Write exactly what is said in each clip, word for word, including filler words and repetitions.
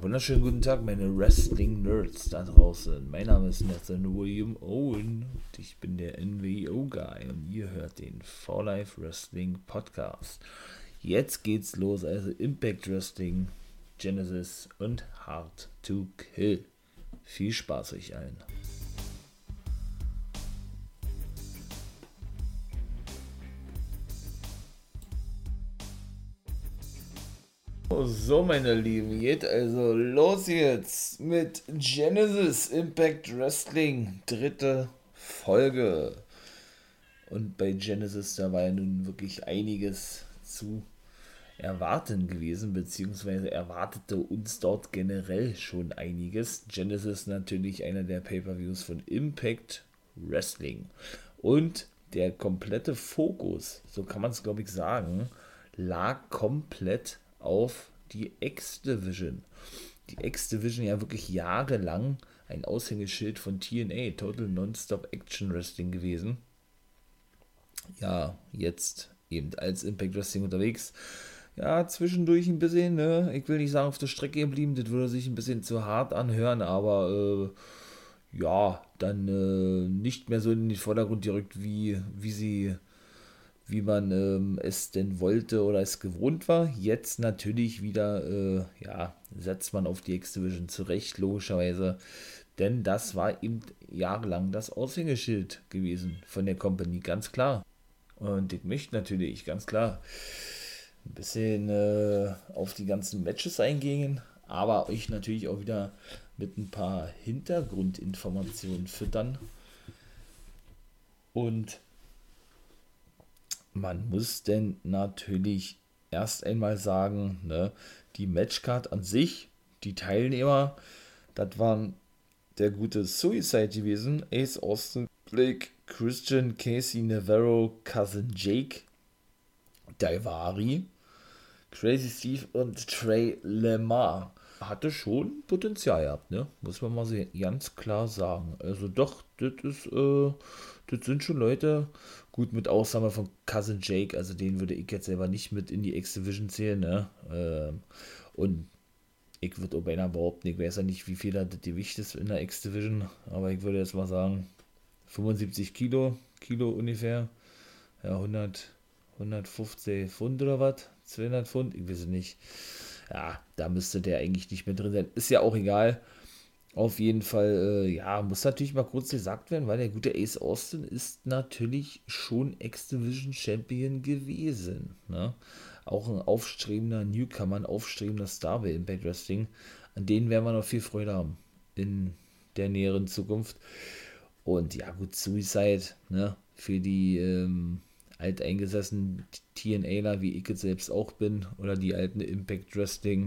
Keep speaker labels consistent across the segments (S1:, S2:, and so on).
S1: wunderschönen guten Tag, meine Wrestling-Nerds da draußen. Mein Name ist Nathan William Owen und ich bin der N W O-Guy und ihr hört den For Life Wrestling Podcast. Jetzt geht's los, also Impact Wrestling, Genesis und Hard to Kill. Viel Spaß euch allen. So, meine Lieben, geht also los jetzt mit Genesis Impact Wrestling, dritte Folge. Und bei Genesis, da war ja nun wirklich einiges zu erwarten gewesen, beziehungsweise erwartete uns dort generell schon einiges. Genesis natürlich einer der Pay-Per-Views von Impact Wrestling. Und der komplette Fokus, so kann man es glaube ich sagen, lag komplett auf die X-Division. Die X-Division ja wirklich jahrelang ein Aushängeschild von T N A, Total Non-Stop Action Wrestling gewesen. Ja, jetzt eben als Impact Wrestling unterwegs. Ja, zwischendurch ein bisschen, ne, ich will nicht sagen auf der Strecke geblieben, das würde sich ein bisschen zu hart anhören, aber äh, ja, dann äh, nicht mehr so in den Vordergrund gerückt, wie, wie sie wie man ähm, es denn wollte oder es gewohnt war. Jetzt natürlich wieder, äh, ja, setzt man auf die X-Division zurecht, logischerweise. Denn das war eben jahrelang das Aushängeschild gewesen von der Company, ganz klar. Und ich möchte natürlich, ganz klar, ein bisschen äh, auf die ganzen Matches eingehen, aber euch natürlich auch wieder mit ein paar Hintergrundinformationen füttern. Und man muss denn natürlich erst einmal sagen, ne, die Matchcard an sich, die Teilnehmer, das waren der gute Suicide gewesen, Ace Austin, Blake, Christian, Casey Navarro, Cousin Jake, Daivari, Crazy Steve und Trey Lemar. Hatte schon Potenzial gehabt, ne? Muss man mal so ganz klar sagen. Also doch, das ist, äh, das sind schon Leute, gut mit Ausnahme von Cousin Jake, also den würde ich jetzt selber nicht mit in die X-Division zählen, ne? Ähm, und ich würde auch beinahe behaupten, ich weiß ja nicht, wie viel da das Gewicht ist in der X-Division, aber ich würde jetzt mal sagen, fünfundsiebzig Kilo, Kilo ungefähr, ja, hundert, hundertfünfzig Pfund oder was, zweihundert Pfund, ich weiß es nicht. Ja, da müsste der eigentlich nicht mehr drin sein. Ist ja auch egal. Auf jeden Fall, äh, ja, muss natürlich mal kurz gesagt werden, weil der gute Ace Austin ist natürlich schon X-Division Champion gewesen. Ne? Auch ein aufstrebender Newcomer, ein aufstrebender Star bei Impact Wrestling. An denen werden wir noch viel Freude haben in der näheren Zukunft. Und ja, gut, Suicide, ne, für die ähm, alteingesessenen TNAler, wie ich jetzt selbst auch bin, oder die alten Impact Wrestling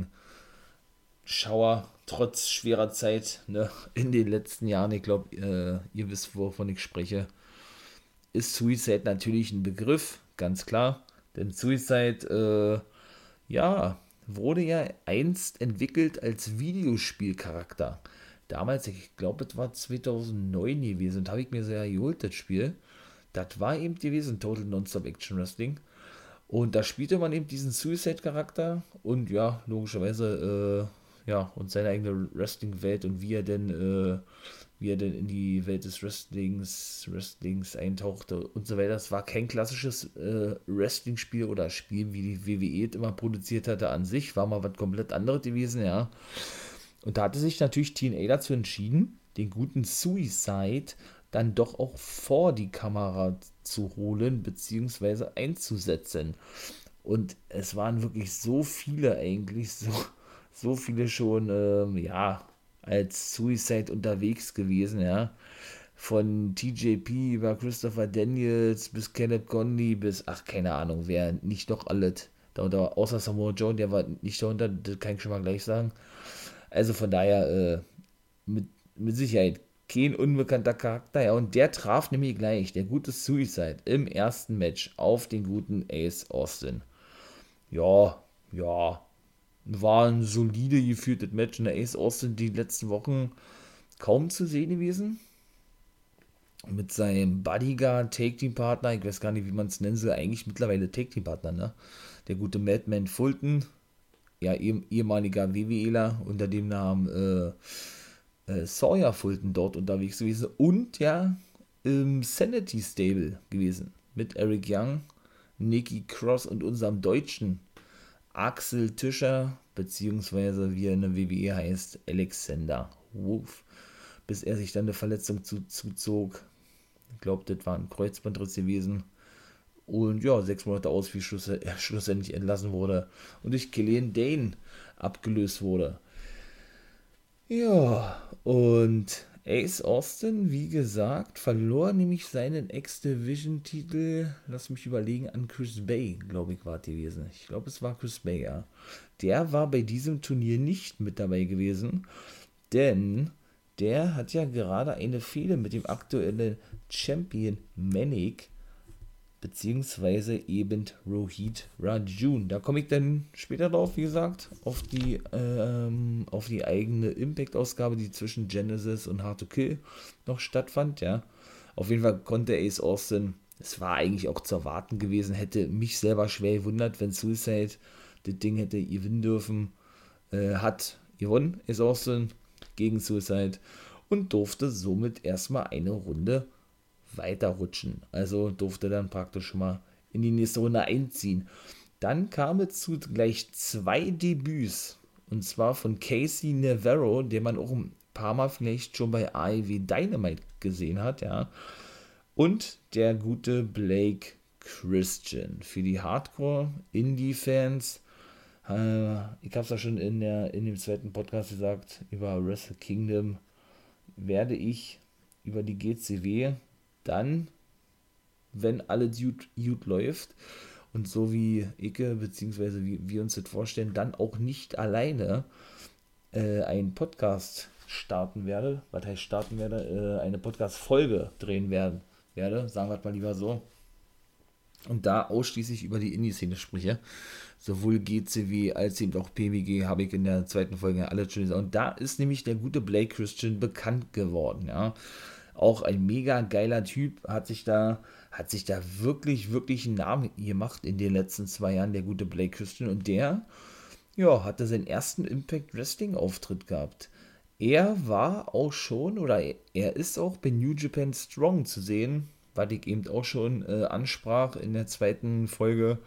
S1: Schauer, trotz schwerer Zeit, ne, in den letzten Jahren, ich glaube, äh, ihr wisst, wovon ich spreche, ist Suicide natürlich ein Begriff, ganz klar, denn Suicide, äh, ja, wurde ja einst entwickelt als Videospielcharakter. Damals, ich glaube, es war zweitausendneun gewesen, und habe ich mir sehr geholt, das Spiel. Das war eben gewesen, Total Non-Stop Action Wrestling. Und da spielte man eben diesen Suicide-Charakter und ja, logischerweise, äh, ja, und seine eigene Wrestling-Welt und wie er denn, äh, wie er denn in die Welt des Wrestlings, Wrestlings eintauchte und so weiter. Das war kein klassisches äh, Wrestling-Spiel oder Spiel, wie die W W E es immer produziert hatte an sich, war mal was komplett anderes gewesen, ja. Und da hatte sich natürlich T N A dazu entschieden, den guten Suicide dann doch auch vor die Kamera zu holen bzw. einzusetzen. Und es waren wirklich so viele eigentlich, so, so viele schon, ähm, ja, als Suicide unterwegs gewesen, ja. Von T J P über Christopher Daniels bis Caleb Conley bis, ach, keine Ahnung, wer nicht doch alles. Darunter, außer Samoa Joe, der war nicht darunter, das kann ich schon mal gleich sagen. Also von daher, äh, mit, mit Sicherheit kein unbekannter Charakter, ja, und der traf nämlich gleich, der gute Suicide, im ersten Match auf den guten Ace Austin. Ja, ja, war ein solide geführtes Match, und der Ace Austin die letzten Wochen kaum zu sehen gewesen. Mit seinem Bodyguard, Take-Team-Partner, ich weiß gar nicht, wie man es nennen soll, eigentlich mittlerweile Take-Team-Partner, ne? Der gute Madman Fulton, ja, ehem, ehemaliger WWEler unter dem Namen äh, äh, Sawyer Fulton dort unterwegs gewesen und ja im Sanity Stable gewesen mit Eric Young, Nikki Cross und unserem Deutschen Axel Tischer, beziehungsweise wie er in der W W E heißt, Alexander Wolf, bis er sich dann eine Verletzung zu, zuzog. Ich glaube, das war ein Kreuzbandriss gewesen. Und ja, sechs Monate aus, wie schluss, äh, schlussendlich entlassen wurde und durch Killian Dane abgelöst wurde. Ja, und Ace Austin, wie gesagt, verlor nämlich seinen X-Division-Titel, lass mich überlegen, an Chris Bay, glaube ich, war es gewesen. Ich glaube, es war Chris Bay, ja. Der war bei diesem Turnier nicht mit dabei gewesen, denn der hat ja gerade eine Fehde mit dem aktuellen Champion Manik, beziehungsweise eben Rohit Rajun. Da komme ich dann später drauf, wie gesagt, auf die, ähm, auf die eigene Impact-Ausgabe, die zwischen Genesis und Hard to Kill noch stattfand, ja. Auf jeden Fall konnte Ace Austin, es war eigentlich auch zu erwarten gewesen, hätte mich selber schwer gewundert, wenn Suicide das Ding hätte gewinnen dürfen, äh, hat gewonnen, Ace Austin gegen Suicide und durfte somit erstmal eine Runde weiterrutschen. Also durfte dann praktisch mal in die nächste Runde einziehen. Dann kam es zu gleich zwei Debüts. Und zwar von Casey Navarro, den man auch ein paar Mal vielleicht schon bei A E W Dynamite gesehen hat, ja. Und der gute Blake Christian. Für die Hardcore-Indie-Fans, äh, ich habe es ja schon in, der, in dem zweiten Podcast gesagt, über Wrestle Kingdom werde ich über die G C W dann, wenn alles gut, gut läuft und so wie Icke, beziehungsweise wie wir uns das vorstellen, dann auch nicht alleine äh, einen Podcast starten werde, was heißt starten werde, äh, eine Podcast-Folge drehen werden, werde, sagen wir mal lieber so, und da ausschließlich über die Indie-Szene spreche, sowohl G C W als eben auch P W G, habe ich in der zweiten Folge alle schon gesagt, und da ist nämlich der gute Blake Christian bekannt geworden, ja. Auch ein mega geiler Typ, hat sich da, hat sich da wirklich, wirklich einen Namen gemacht in den letzten zwei Jahren, der gute Blake Christian. Und der, ja, hatte seinen ersten Impact Wrestling Auftritt gehabt. Er war auch schon, oder er ist auch bei New Japan Strong zu sehen, was ich eben auch schon äh, ansprach in der zweiten Folge.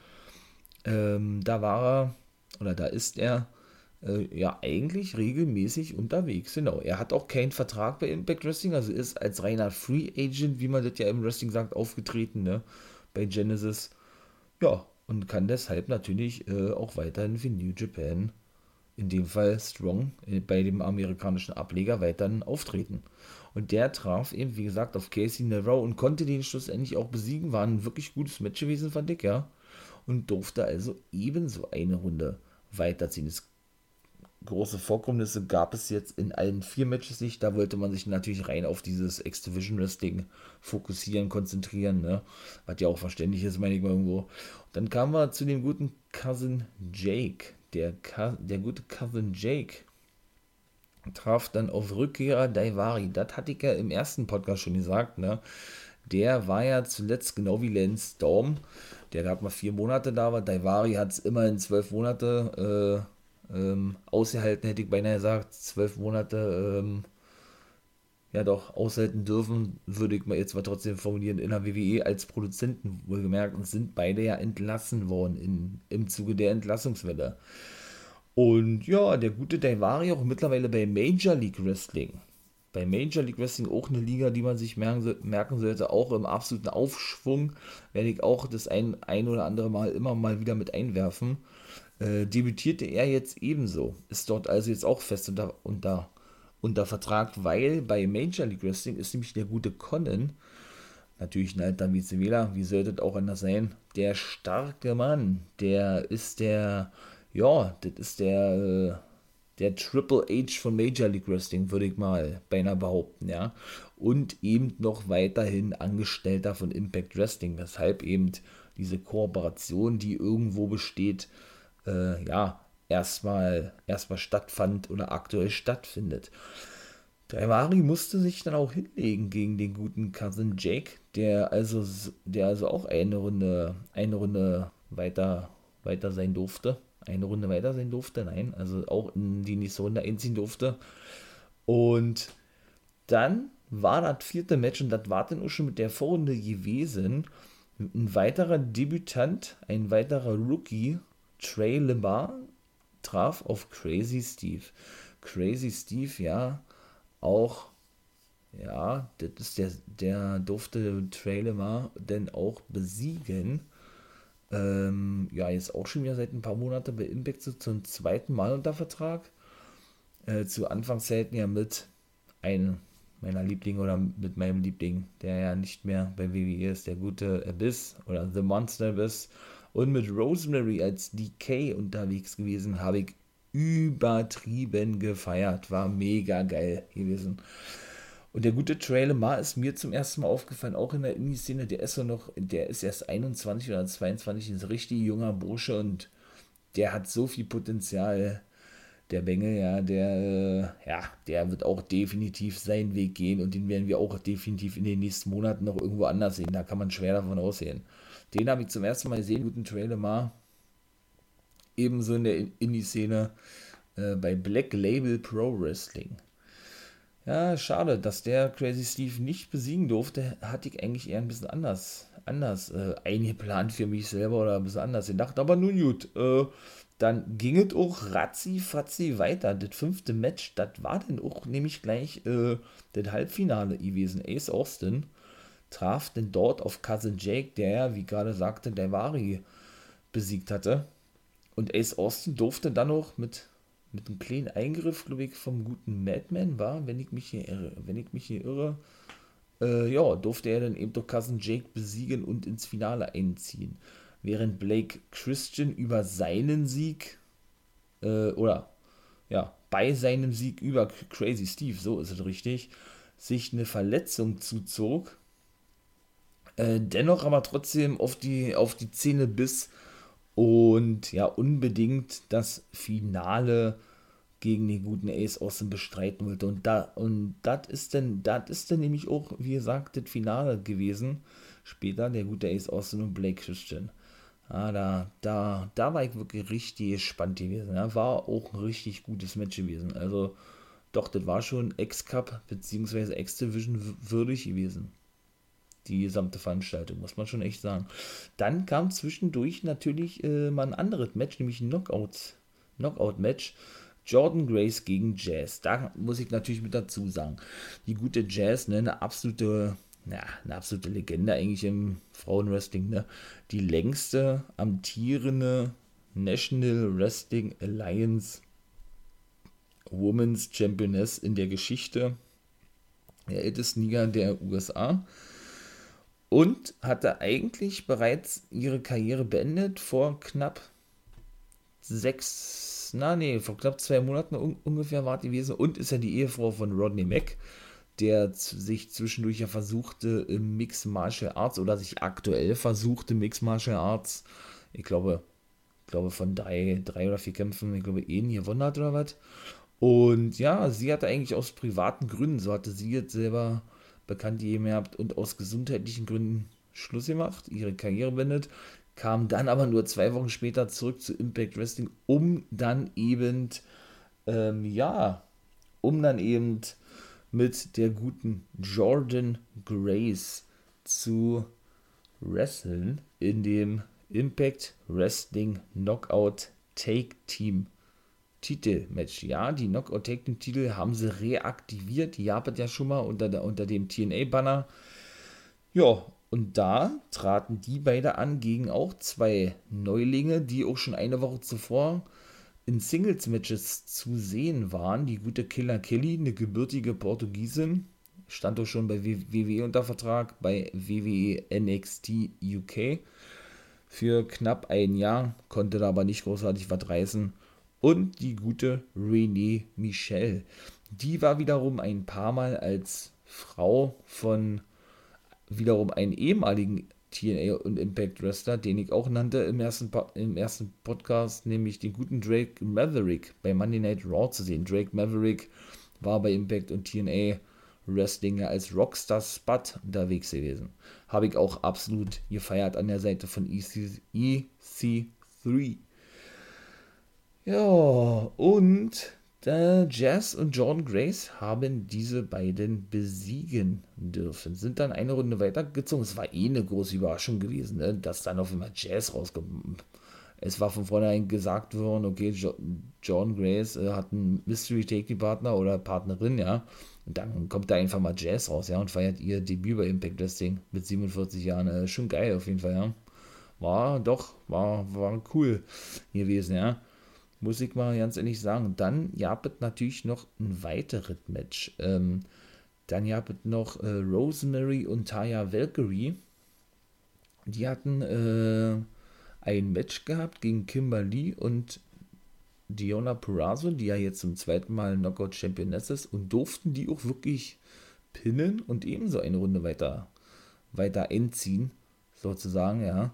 S1: Ähm, da war er, oder da ist er, äh, ja, eigentlich regelmäßig unterwegs. Genau. Er hat auch keinen Vertrag bei Impact Wrestling, also ist als reiner Free Agent, wie man das ja im Wrestling sagt, aufgetreten, ne, bei Genesis. Ja, und kann deshalb natürlich äh, auch weiterhin für New Japan, in dem Fall Strong, äh, bei dem amerikanischen Ableger weiterhin auftreten. Und der traf eben, wie gesagt, auf Casey Navarro und konnte den schlussendlich auch besiegen. War ein wirklich gutes Match gewesen, fand ich, ja. Und durfte also ebenso eine Runde weiterziehen. Es große Vorkommnisse gab es jetzt in allen vier Matches nicht. Da wollte man sich natürlich rein auf dieses X-Division Wrestling fokussieren, konzentrieren, ne? Was ja auch verständlich ist, meine ich mal irgendwo. Und dann kamen wir zu dem guten Cousin Jake. Der, der gute Cousin Jake traf dann auf Rückkehrer Daivari. Das hatte ich ja im ersten Podcast schon gesagt, ne? Der war ja zuletzt genau wie Lance Storm, der gerade mal vier Monate da war. Daivari hat es immerhin zwölf Monate äh, Ähm, ausgehalten, hätte ich beinahe gesagt, zwölf Monate, ähm, ja doch, aushalten dürfen, würde ich mal jetzt mal trotzdem formulieren, in der W W E als Produzenten wohlgemerkt, und sind beide ja entlassen worden in, im Zuge der Entlassungswelle. Und ja, der gute Daivari auch mittlerweile bei Major League Wrestling. Bei Major League Wrestling auch eine Liga, die man sich merken, merken sollte, auch im absoluten Aufschwung, werde ich auch das ein, ein oder andere Mal immer mal wieder mit einwerfen. Äh, debütierte er jetzt ebenso, ist dort also jetzt auch fest unter, unter, unter Vertrag, weil bei Major League Wrestling ist nämlich der gute Conan, natürlich ein alter WCWler, wie sollte es auch anders sein, der starke Mann, der ist der, ja, das ist der, äh, der Triple H von Major League Wrestling, würde ich mal beinahe behaupten, ja, und eben noch weiterhin Angestellter von Impact Wrestling, weshalb eben diese Kooperation, die irgendwo besteht, äh, ja, erstmal erstmal stattfand oder aktuell stattfindet. Daivari musste sich dann auch hinlegen gegen den guten Cousin Jake, der also, der also auch eine Runde, eine Runde weiter, weiter sein durfte. eine Runde weiter sein durfte, nein, also auch in die nächste Runde einziehen durfte. Und dann war das vierte Match, und das war dann auch schon mit der Vorrunde gewesen. Ein weiterer Debütant, ein weiterer Rookie, Trey Lemar, traf auf Crazy Steve. Crazy Steve, ja, auch, ja, das ist der, der durfte Trey Lemar denn auch besiegen. Ähm, ja, jetzt auch schon wieder seit ein paar Monaten bei Impact so zum zweiten Mal unter Vertrag. Äh, zu Anfangszeiten ja mit einem meiner Lieblinge oder mit meinem Liebling, der ja nicht mehr bei W W E ist, der gute Abyss oder The Monster Abyss. Und mit Rosemary als D K unterwegs gewesen, habe ich übertrieben gefeiert. War mega geil gewesen. Und der gute Trey Lemar ist mir zum ersten Mal aufgefallen, auch in der Indie-Szene. Der ist so noch, der ist erst einundzwanzig oder zweiundzwanzig, ist ein richtig junger Bursche und der hat so viel Potenzial. Der Bengel, ja, der, äh, ja, der wird auch definitiv seinen Weg gehen und den werden wir auch definitiv in den nächsten Monaten noch irgendwo anders sehen. Da kann man schwer davon aussehen. Den habe ich zum ersten Mal gesehen, guten Trey Lemar, ebenso in der Indie-Szene äh, bei Black Label Pro Wrestling. Ja, schade, dass der Crazy Steve nicht besiegen durfte. Hatte ich eigentlich eher ein bisschen anders, anders äh, eingeplant für mich selber oder ein bisschen anders gedacht. Aber nun gut, äh, dann ging es auch ratzi-fatzi weiter. Das fünfte Match, das war dann auch nämlich gleich äh, das Halbfinale gewesen. Ace Austin traf denn dort auf Cousin Jake, der ja, wie gerade sagte, der Vari besiegt hatte. Und Ace Austin durfte dann noch mit, mit einem kleinen Eingriff, glaube ich, vom guten Madman war, wenn ich mich hier irre, wenn ich mich hier irre, äh, ja, durfte er dann eben doch Cousin Jake besiegen und ins Finale einziehen. Während Blake Christian über seinen Sieg, äh, oder, ja, bei seinem Sieg über Crazy Steve, so ist es richtig, sich eine Verletzung zuzog, äh, dennoch aber trotzdem auf die, auf die Zähne biss und ja, unbedingt das Finale gegen den guten Ace Austin bestreiten wollte. Und da, und das ist dann, das ist dann nämlich auch, wie gesagt, das Finale gewesen. Später der gute Ace Austin und Blake Christian. Ja, da, da, da war ich wirklich richtig gespannt gewesen. Ja, war auch ein richtig gutes Match gewesen. Also, doch, das war schon X-Cup bzw. X-Division würdig gewesen. Die gesamte Veranstaltung, muss man schon echt sagen. Dann kam zwischendurch natürlich äh, mal ein anderes Match, nämlich ein Knockout, Knockout-Match. Jordan Grace gegen Jazz. Da muss ich natürlich mit dazu sagen, die gute Jazz, ne, eine absolute, ja, eine absolute Legende eigentlich im Frauenwrestling, ne? Die längste amtierende National Wrestling Alliance Women's Championess in der Geschichte der ältesten Liga der U S A. Und hatte eigentlich bereits ihre Karriere beendet vor knapp sechs, na nee, vor knapp zwei Monaten un- ungefähr war die gewesen und ist ja die Ehefrau von Rodney Mack, der z- sich zwischendurch ja versuchte im Mixed Martial Arts oder sich aktuell versuchte Mixed Martial Arts, ich glaube, ich glaube von drei, drei oder vier Kämpfen, ich glaube, einen gewonnen hat oder was. Und ja, sie hatte eigentlich aus privaten Gründen, so hatte sie jetzt selber bekannt gegeben gehabt und aus gesundheitlichen Gründen Schluss gemacht, ihre Karriere beendet, kam dann aber nur zwei Wochen später zurück zu Impact Wrestling, um dann eben, ähm, ja, um dann eben mit der guten Jordan Grace zu wresteln in dem Impact Wrestling Knockout Take Team Titelmatch. Ja, die Knockout Take Team Titel haben sie reaktiviert. Die gab es ja schon mal unter, der, unter dem T N A-Banner. Ja, und da traten die beide an gegen auch zwei Neulinge, die auch schon eine Woche zuvor in Singles-Matches zu sehen waren. Die gute Killer Kelly, eine gebürtige Portugiesin, stand auch schon bei W W E unter Vertrag, bei W W E N X T U K für knapp ein Jahr, konnte da aber nicht großartig was reißen. Und die gute Renee Michelle, die war wiederum ein paar Mal als Frau von wiederum einen ehemaligen T N A und Impact Wrestler, den ich auch nannte im ersten, im ersten Podcast, nämlich den guten Drake Maverick bei Monday Night Raw zu sehen. Drake Maverick war bei Impact und T N A Wrestling als Rockstar Spud unterwegs gewesen. Habe ich auch absolut gefeiert an der Seite von E C drei. Ja, und der Jazz und Jordan Grace haben diese beiden besiegen dürfen. Sind dann eine Runde weitergezogen. Es war eh eine große Überraschung gewesen, ne? Dass dann auf einmal Jazz rauskommt. Es war von vornherein gesagt worden, okay, jo Jordan Grace äh, hat einen Mystery Taking Partner oder Partnerin, ja. Und dann kommt da einfach mal Jazz raus, ja, und feiert ihr Debüt bei Impact Wrestling mit siebenundvierzig Jahren. Äh, schon geil auf jeden Fall, ja. War doch, war, war cool gewesen, ja. Muss ich mal ganz ehrlich sagen. Dann gab es natürlich noch ein weiteres Match. Ähm, dann gab es noch äh, Rosemary und Taya Valkyrie. Die hatten äh, ein Match gehabt gegen Kimberly und Diona Purrazzo, die ja jetzt zum zweiten Mal Knockout Championess ist, und durften die auch wirklich pinnen und ebenso eine Runde weiter, weiter entziehen, sozusagen, ja.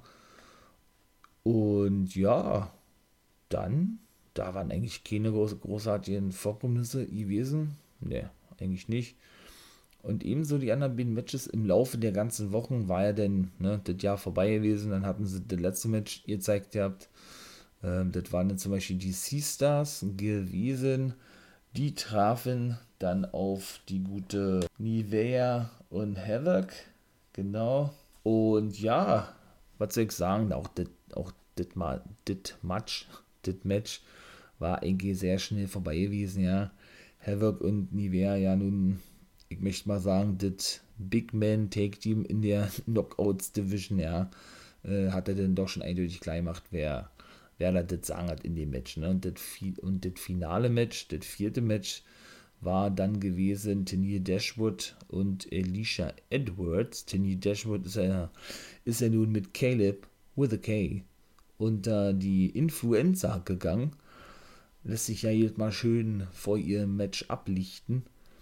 S1: Und ja, dann, da waren eigentlich keine groß, großartigen Vorkommnisse gewesen. Ne, eigentlich nicht. Und ebenso die anderen beiden Matches im Laufe der ganzen Wochen war ja dann ne, das Jahr vorbei gewesen. Dann hatten sie das letzte Match gezeigt gehabt. Ähm, das waren dann zum Beispiel die Sea-Stars gewesen. Die trafen dann auf die gute Nivea und Havoc. Genau. Und ja, was soll ich sagen, auch das auch das Ma- das Match, das Match war eigentlich sehr schnell vorbei gewesen, ja. Havoc und Nivea ja nun, ich möchte mal sagen, das Big Man Take Team in der Knockouts Division, ja, äh, hat er dann doch schon eindeutig klar gemacht, wer, wer da das sagen hat in dem Match, ne? Und das, und das finale Match, das vierte Match, war dann gewesen Tennille Dashwood und Alicia Edwards. Tennille Dashwood ist ja, ist ja nun mit Caleb with a K unter die Influenza gegangen. Lässt sich ja jedes Mal schön vor ihrem Match ablichten.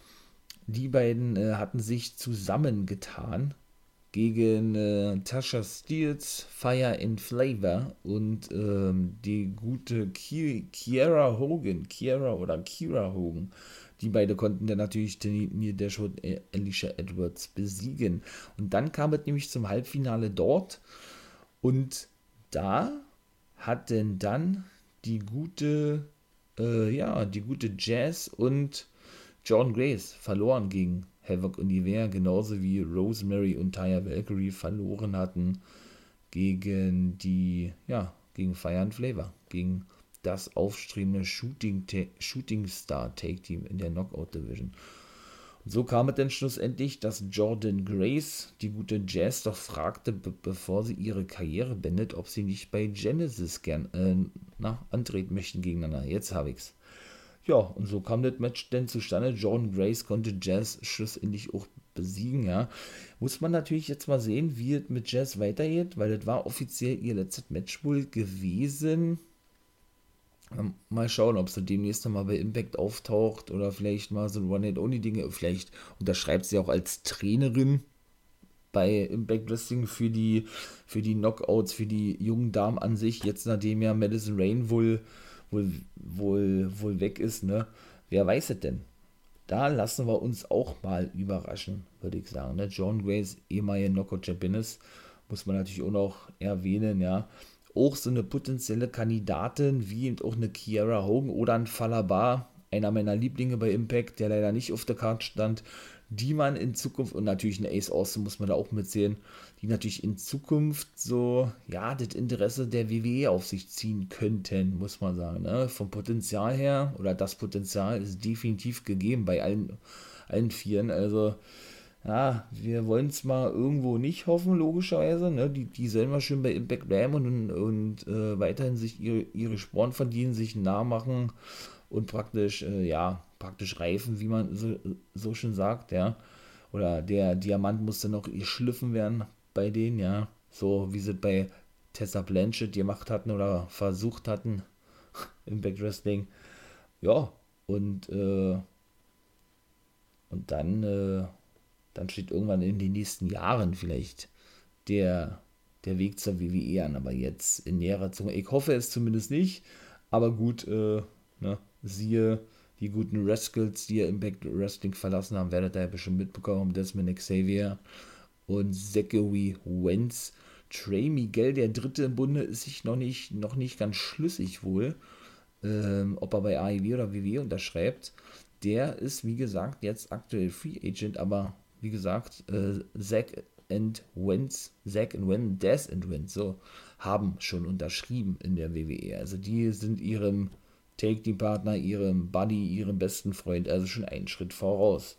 S1: Die beiden äh, hatten sich zusammengetan gegen äh, Tasha Steeles, Fire and Flavor und ähm, die gute Ki Kiera Hogan, Kiera oder Kira Hogan. Die beiden konnten dann natürlich Tennille Dashwood und Alicia Edwards besiegen. Und dann kam es nämlich zum Halbfinale dort und da hatten dann die gute, äh, ja, die gute Jazz und Jordan Grace verloren gegen Havoc und Nivea, genauso wie Rosemary und Taya Valkyrie verloren hatten gegen die, ja, gegen Fire and Flavor, gegen das aufstrebende Shooting, Shooting Star Take Team in der Knockout Division. Und so kam es dann schlussendlich, dass Jordan Grace die gute Jazz doch fragte, be bevor sie ihre Karriere beendet, ob sie nicht bei Genesis gern äh, na, antreten möchten gegeneinander. Jetzt habe ich's. Ja, und so kam das Match denn zustande. Jordan Grace konnte Jazz schlussendlich auch besiegen, ja. Muss man natürlich jetzt mal sehen, wie es mit Jazz weitergeht, weil das war offiziell ihr letztes Match wohl gewesen. Mal schauen, ob sie demnächst nochmal bei Impact auftaucht oder vielleicht mal so ein One-Night-Only-Dinge. Vielleicht unterschreibt sie auch als Trainerin bei Impact Wrestling für die, für die Knockouts, für die jungen Damen an sich. Jetzt, nachdem ja Madison Rain wohl, wohl, wohl, wohl weg ist, ne? Wer weiß es denn? Da lassen wir uns auch mal überraschen, würde ich sagen. Ne? John Grace, ehemalige Knockout-Championess, muss man natürlich auch noch erwähnen, ja. Auch so eine potenzielle Kandidatin, wie eben auch eine Kiera Hogan oder ein Falaba, einer meiner Lieblinge bei Impact, der leider nicht auf der Karte stand, die man in Zukunft, und natürlich eine Ace Austin muss man da auch mitzählen, die natürlich in Zukunft so, ja, das Interesse der W W E auf sich ziehen könnten, muss man sagen. Ne? Vom Potenzial her, oder das Potenzial ist definitiv gegeben bei allen, allen Vieren. Also, ja, wir wollen es mal irgendwo nicht hoffen, logischerweise. Ne? Die, die sollen mal schön bei Impact bleiben und, und äh, weiterhin sich ihre, ihre Sporen verdienen, sich nah machen und praktisch, äh, ja, praktisch reifen, wie man so, so schön sagt, ja. Oder der Diamant muss dann noch geschliffen werden bei denen, ja. So wie sie es bei Tessa Blanchett gemacht hatten oder versucht hatten im Impact Wrestling. Ja, und, äh, und dann, äh, dann steht irgendwann in den nächsten Jahren vielleicht der, der Weg zur W W E an, aber jetzt in näherer Zukunft. Ich hoffe es zumindest nicht, aber gut, äh, ne, siehe die guten Rascals, die ja Impact Wrestling verlassen haben, werdet ihr ja bestimmt mitbekommen, Desmond Xavier und Zachary Wentz. Trey Miguel, der Dritte im Bunde, ist sich noch nicht, noch nicht ganz schlüssig wohl, ähm, ob er bei A E W oder W W E unterschreibt. Der ist, wie gesagt, jetzt aktuell Free Agent, aber wie gesagt, äh, Zack and Wentz, Zack and Wentz, Death and Wentz, so, haben schon unterschrieben in der W W E. Also die sind ihrem Take-Team-Partner, ihrem Buddy, ihrem besten Freund, also schon einen Schritt voraus.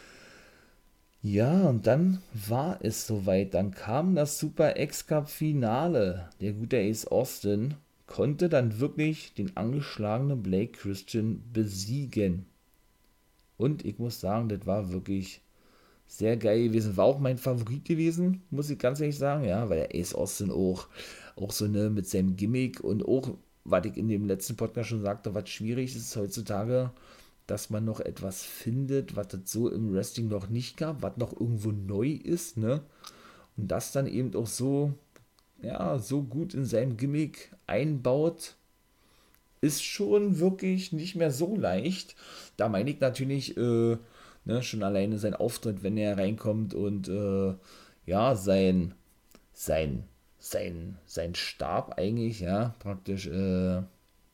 S1: Ja, und dann war es soweit. Dann kam das Super X-Cup-Finale. Der gute Ace Austin konnte dann wirklich den angeschlagenen Blake Christian besiegen. Und ich muss sagen, das war wirklich sehr geil gewesen. War auch mein Favorit gewesen, muss ich ganz ehrlich sagen, ja, weil der Ace Austin auch, auch so ne, mit seinem Gimmick und auch, was ich in dem letzten Podcast schon sagte, was schwierig ist heutzutage, dass man noch etwas findet, was es so im Wrestling noch nicht gab, was noch irgendwo neu ist, ne? Und das dann eben auch so, ja, so gut in seinem Gimmick einbaut, ist schon wirklich nicht mehr so leicht. Da meine ich natürlich, äh, ne, schon alleine sein Auftritt, wenn er reinkommt und äh, ja, sein, sein, sein, sein Stab eigentlich, ja, praktisch, äh,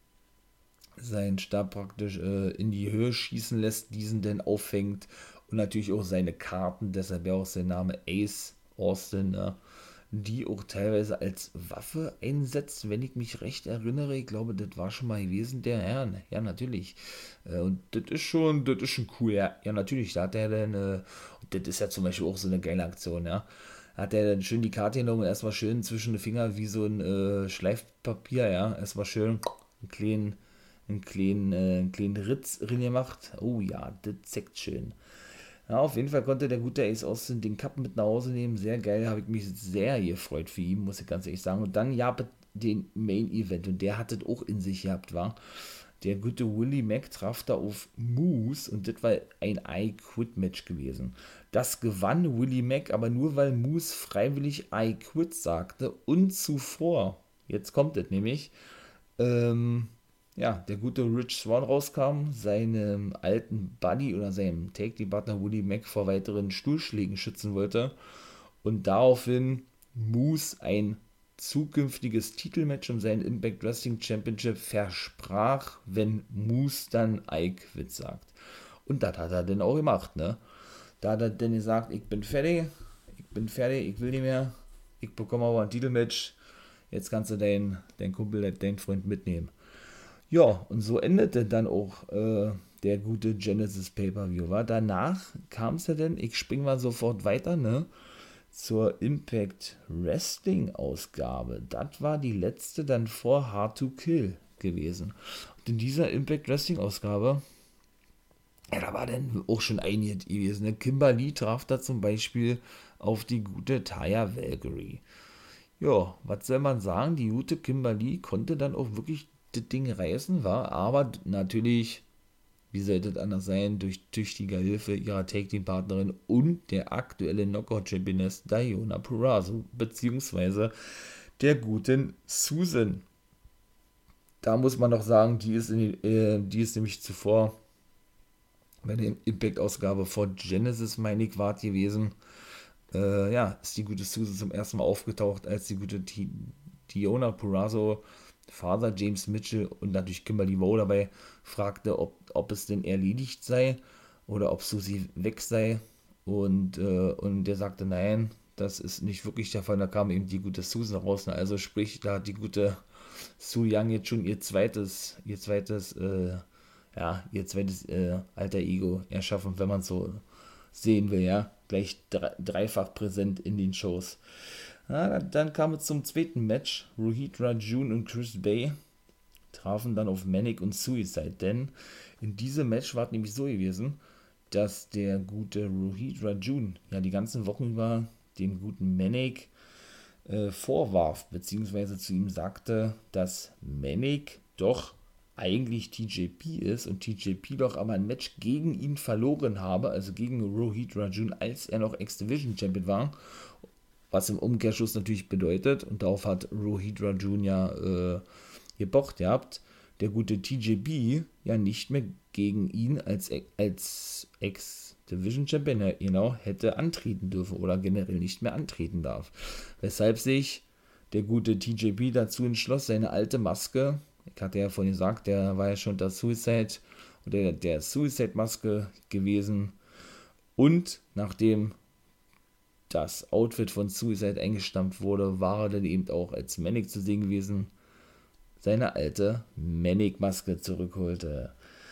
S1: seinen Stab praktisch äh, in die Höhe schießen lässt, diesen dann auffängt und natürlich auch seine Karten, deshalb ja auch sein Name Ace Austin, ne, die auch teilweise als Waffe einsetzt, wenn ich mich recht erinnere. Ich glaube, das war schon mal gewesen, der Herr. Ja, natürlich. Äh, Und das ist schon, das ist schon cool. Ja, ja natürlich. Da hat er dann, äh, und das ist ja zum Beispiel auch so eine geile Aktion, ja. Hat er dann schön die Karte genommen und erstmal schön zwischen den Finger wie so ein äh, Schleifpapier, ja. Erstmal schön einen kleinen, einen kleinen, äh, einen kleinen Ritz drin gemacht. Oh ja, das zeckt schön. Ja, auf jeden Fall konnte der gute Ace Austin den Cup mit nach Hause nehmen. Sehr geil, habe ich mich sehr gefreut für ihn, muss ich ganz ehrlich sagen. Und dann ja den Main Event und der hat es auch in sich gehabt, war. Der gute Willie Mack traf da auf Moose und das war ein I-Quit-Match gewesen. Das gewann Willie Mack, aber nur weil Moose freiwillig I Quit sagte und zuvor, jetzt kommt es nämlich, ähm, ja, der gute Rich Swann rauskam, seinem alten Buddy oder seinem Take-Team-Partner Willie Mack vor weiteren Stuhlschlägen schützen wollte und daraufhin Moose ein zukünftiges Titelmatch um seinen Impact Wrestling Championship versprach, wenn Moose dann I Quit sagt. Und das hat er dann auch gemacht, ne? Da hat er dann gesagt, ich bin fertig, ich bin fertig, ich will nicht mehr, ich bekomme aber ein Titelmatch, jetzt kannst du deinen dein Kumpel, deinen Freund mitnehmen. Ja, und so endete dann auch äh, der gute Genesis Pay-Per-View. War. Danach kam es ja dann, ich spring mal sofort weiter, ne, zur Impact Wrestling Ausgabe. Das war die letzte dann vor Hard to Kill gewesen. Und in dieser Impact Wrestling Ausgabe, ja, da war dann auch schon einiges gewesen. Ne? Kimberly traf da zum Beispiel auf die gute Taya Valkyrie. Ja, was soll man sagen? Die gute Kimberly konnte dann auch wirklich das Ding reißen, war, aber natürlich, wie sollte es anders sein, durch tüchtige Hilfe ihrer Take-Team-Partnerin und der aktuellen Knockout-Championess Diona Purrazzo, beziehungsweise der guten Susan. Da muss man noch sagen, die ist, in, äh, die ist nämlich zuvor bei der Impact-Ausgabe vor Genesis, meine ich, war gewesen. Äh, ja, ist die gute Susan zum ersten Mal aufgetaucht, als die gute T- Diona Purrazzo Vater James Mitchell und natürlich Kimberly Moe dabei fragte, ob, ob es denn erledigt sei oder ob Susie weg sei. Und, äh, und der sagte, nein, das ist nicht wirklich der Fall. Da kam eben die gute Susan raus. Also sprich, da hat die gute Su Young jetzt schon ihr zweites, ihr zweites, äh, ja, ihr zweites äh, alter Ego erschaffen, wenn man es so sehen will, ja. Gleich dre- dreifach präsent in den Shows. Ja, dann kam es zum zweiten Match. Rohit Rajun und Chris Bay trafen dann auf Manic und Suicide, denn in diesem Match war es nämlich so gewesen, dass der gute Rohit Rajun ja die ganzen Wochen über dem guten Manic äh, vorwarf, beziehungsweise zu ihm sagte, dass Manic doch eigentlich T J P ist und T J P doch aber ein Match gegen ihn verloren habe, also gegen Rohit Rajun, als er noch X-Division Champion war. Was im Umkehrschluss natürlich bedeutet, und darauf hat Rohit Rajun ja äh, gepocht gehabt, der gute T J B ja nicht mehr gegen ihn als, als Ex-Division-Champion, ja, genau, hätte antreten dürfen oder generell nicht mehr antreten darf. Weshalb sich der gute T J B dazu entschloss, seine alte Maske Ich hatte ja vorhin gesagt, der war ja schon der Suicide oder der Suicide-Maske gewesen. Und nachdem das Outfit von Suicide eingestampft wurde, war er dann eben auch als Manic zu sehen gewesen, seine alte Manic-Maske zurückholte.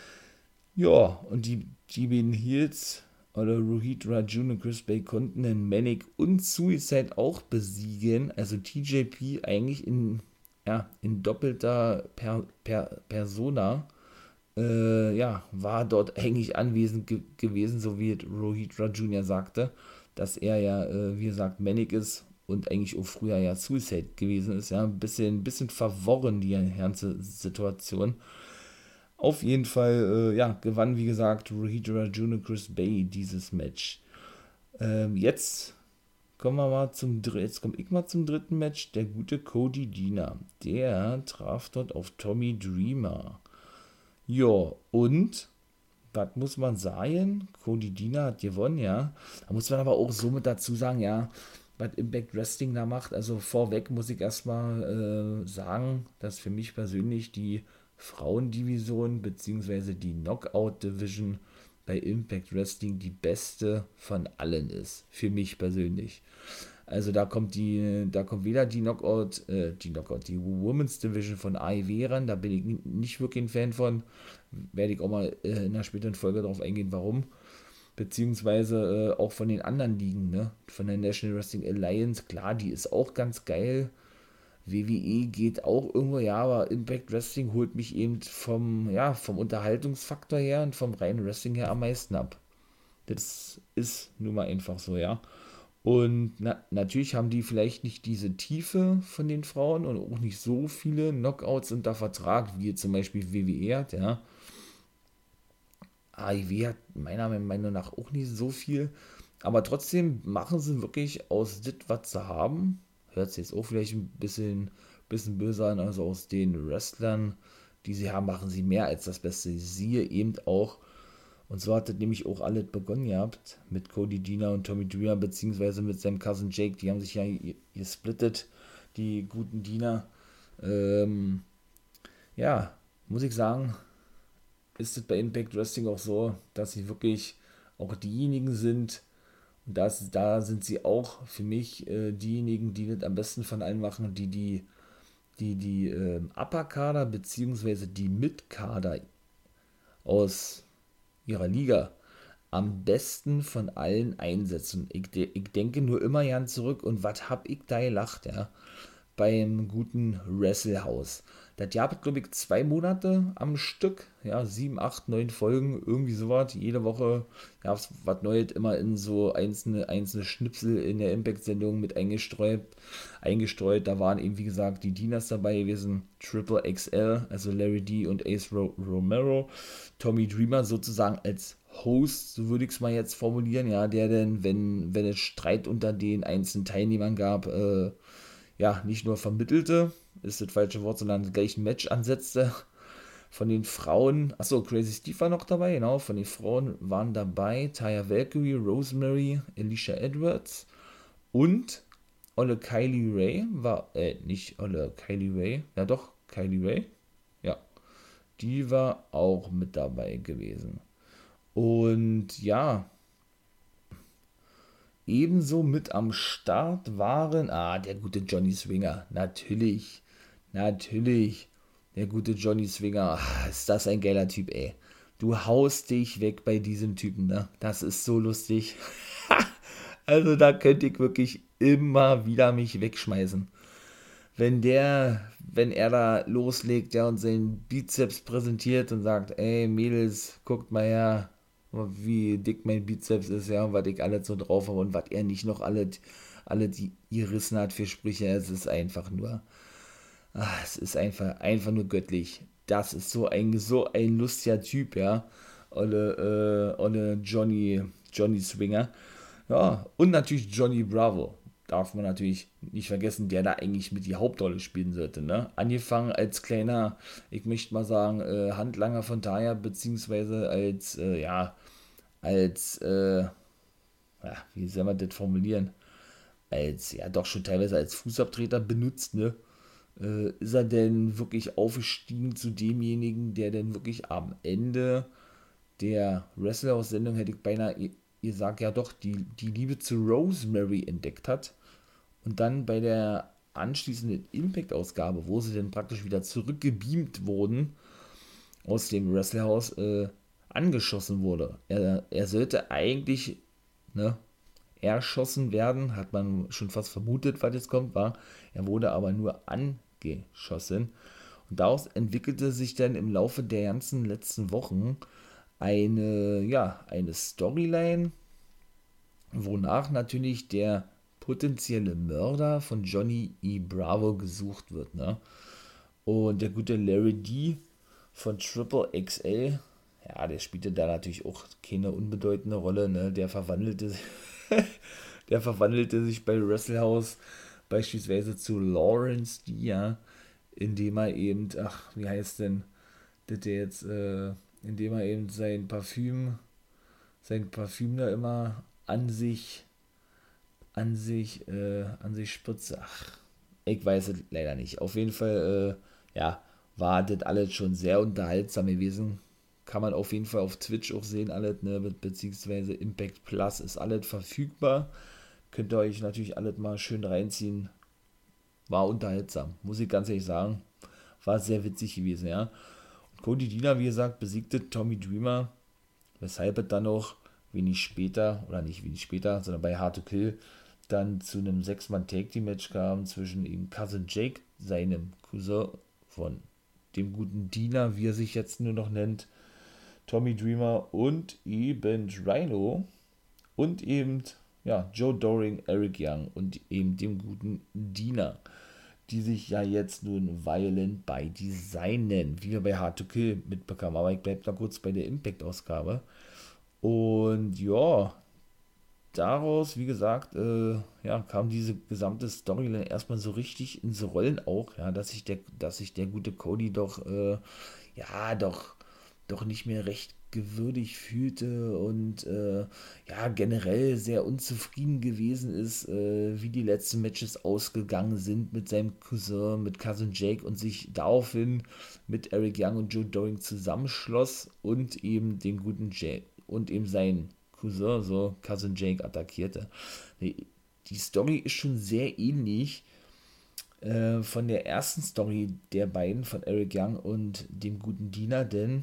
S1: Ja, und die, die beiden Heels, oder Rohit Raju und Chris Bay, konnten den Manic und Suicide auch besiegen. Also T J P eigentlich in, ja, in doppelter per, per, Persona. Äh, ja, war dort eigentlich anwesend ge gewesen, so wie Rohit Raju ja sagte, dass er ja, äh, wie gesagt, Manic ist und eigentlich auch früher ja Suicide gewesen ist. Ja, ein bisschen, bisschen verworren, die ganze Situation. Auf jeden Fall, äh, ja, gewann, wie gesagt, Rohit Raju und Chris Bay dieses Match. Ähm, jetzt kommen wir mal zum dritten, jetzt komme ich mal zum dritten Match. Der gute Cody Deaner. Der traf dort auf Tommy Dreamer. Ja, und, was muss man sagen? Cody Deaner hat gewonnen, ja. Da muss man aber auch so mit dazu sagen, ja, was Impact Wrestling da macht. Also vorweg muss ich erstmal äh, sagen, dass für mich persönlich die Frauendivision bzw. die Knockout Division bei Impact Wrestling die beste von allen ist. Für mich persönlich. Also da kommt die, da kommt weder die Knockout, äh, die Knockout, die Women's Division von A E W ran, da bin ich nicht wirklich ein Fan von. Werde ich auch mal äh, in einer späteren Folge darauf eingehen, warum. Beziehungsweise äh, auch von den anderen Ligen, ne? Von der National Wrestling Alliance, klar, die ist auch ganz geil. W W E geht auch irgendwo, ja, aber Impact Wrestling holt mich eben vom, ja, vom Unterhaltungsfaktor her und vom reinen Wrestling her am meisten ab. Das ist nun mal einfach so, ja. Und na, natürlich haben die vielleicht nicht diese Tiefe von den Frauen und auch nicht so viele Knockouts unter Vertrag, wie zum Beispiel W W E hat, ja. A E W hat meiner Meinung nach auch nicht so viel. Aber trotzdem machen sie wirklich aus das, was sie haben. Hört sich jetzt auch vielleicht ein bisschen, bisschen böse an. Also aus den Wrestlern, die sie haben, machen sie mehr als das Beste. Siehe eben auch. Und so hat das nämlich auch alles begonnen gehabt. Mit Cody Deaner und Tommy Dreamer, beziehungsweise mit seinem Cousin Jake. Die haben sich ja gesplittet, die guten Diener. Ähm, ja, muss ich sagen, ist es bei Impact Wrestling auch so, dass sie wirklich auch diejenigen sind, und das, da sind sie auch für mich äh, diejenigen, die das am besten von allen machen, die die, die, die ähm, Upper-Kader bzw. die Mid-Kader aus ihrer Liga am besten von allen einsetzen. Ich, de- ich denke nur immer gern zurück und was hab ich da gelacht, ja, beim guten Wrestlehouse. Das gab, glaube ich, zwei Monate am Stück, ja, sieben, acht, neun Folgen, irgendwie sowas. Jede Woche gab es was Neues, immer in so einzelne, einzelne Schnipsel in der Impact-Sendung mit eingestreut, eingestreut. Da waren eben, wie gesagt, die Dinas dabei gewesen, Triple X L, also Larry D und Ace Ro- Romero, Tommy Dreamer sozusagen als Host, so würde ich es mal jetzt formulieren, ja, der denn, wenn, wenn es Streit unter den einzelnen Teilnehmern gab, äh, ja, nicht nur vermittelte, ist das falsche Wort, sondern gleich ein Match ansetzte. Von den Frauen, achso, Crazy Steve war noch dabei, genau, von den Frauen waren dabei Taya Valkyrie, Rosemary, Alicia Edwards und Olle Kylie Ray war, äh, nicht Olle Kylie Ray, ja doch, Kylie Ray, ja, die war auch mit dabei gewesen. Und ja, ebenso mit am Start waren, ah, der gute Johnny Swinger, natürlich, natürlich, der gute Johnny Swinger, ah, ist das ein geiler Typ, ey. Du haust dich weg bei diesem Typen, ne? Das ist so lustig. Also da könnte ich wirklich immer wieder mich wegschmeißen. Wenn der, wenn er da loslegt, ja, und seinen Bizeps präsentiert und sagt, ey Mädels, guckt mal her, wie dick mein Bizeps ist, ja, und was ich alles so drauf habe und was er nicht noch alle, alle die gerissen hat für Sprüche, es ist einfach nur, ah, es ist einfach, einfach nur göttlich. Das ist so ein, so ein lustiger Typ, ja. Olle, äh, olle Johnny, Johnny Swinger. Ja, und natürlich Johnny Bravo. Darf man natürlich nicht vergessen, der da eigentlich mit die Hauptrolle spielen sollte. Ne? Angefangen als kleiner, ich möchte mal sagen, äh, Handlanger von Taya, beziehungsweise als, äh, ja, als, äh, ja, wie soll man das formulieren? Als, ja, doch schon teilweise als Fußabtreter benutzt, ne? Äh, ist er denn wirklich aufgestiegen zu demjenigen, der denn wirklich am Ende der Wrestler-Sendung, hätte ich beinahe i- gesagt, ja doch, die, die Liebe zu Rosemary entdeckt hat und dann bei der anschließenden Impact-Ausgabe, wo sie dann praktisch wieder zurückgebeamt wurden aus dem Wrestlerhaus, äh, angeschossen wurde. Er, er sollte eigentlich, ne, erschossen werden, hat man schon fast vermutet, was jetzt kommt, war. Er wurde aber nur angeschossen. Und daraus entwickelte sich dann im Laufe der ganzen letzten Wochen eine, ja, eine Storyline, wonach natürlich der potenzielle Mörder von Johnny E. Bravo gesucht wird. Ne? Und der gute Larry D von Triple X L, ja, der spielte da natürlich auch keine unbedeutende Rolle. Ne? Der verwandelte sich Der verwandelte sich bei Wrestlehouse beispielsweise zu Lawrence Dia, indem er eben, ach, wie heißt denn, das der jetzt, äh, indem er eben sein Parfüm, sein Parfüm da immer an sich, an sich, äh, an sich spritzt. Ach, ich weiß es leider nicht. Auf jeden Fall, äh, ja, war das alles schon sehr unterhaltsam gewesen. Kann man auf jeden Fall auf Twitch auch sehen, alles, ne, be- beziehungsweise Impact Plus ist alles verfügbar. Könnt ihr euch natürlich alles mal schön reinziehen. War unterhaltsam, muss ich ganz ehrlich sagen. War sehr witzig gewesen, ja. Und Cody Deaner, wie gesagt, besiegte Tommy Dreamer, weshalb es dann auch wenig später, oder nicht wenig später, sondern bei Hard to Kill, dann zu einem Sechs-Mann-Tag-Team-Match kam zwischen ihm Cousin Jake, seinem Cousin von dem guten Deaner, wie er sich jetzt nur noch nennt, Tommy Dreamer und eben Rhino und eben ja, Joe Doring, Eric Young und eben dem guten Deaner, die sich ja jetzt nun Violent by Designen, wie wir bei Hard to Kill mitbekamen. Aber ich bleibe da kurz bei der Impact-Ausgabe. Und ja, daraus, wie gesagt, äh, ja, kam diese gesamte Storyline erstmal so richtig ins Rollen auch, ja, dass sich der, dass sich der gute Cody doch, äh, ja, doch, doch nicht mehr recht gewürdigt fühlte und äh, ja, generell sehr unzufrieden gewesen ist, äh, wie die letzten Matches ausgegangen sind mit seinem Cousin, mit Cousin Jake und sich daraufhin mit Eric Young und Joe Doring zusammenschloss und eben den guten Jake und eben seinen Cousin, so Cousin Jake attackierte. Die, die Story ist schon sehr ähnlich äh, von der ersten Story der beiden, von Eric Young und dem guten Diener, denn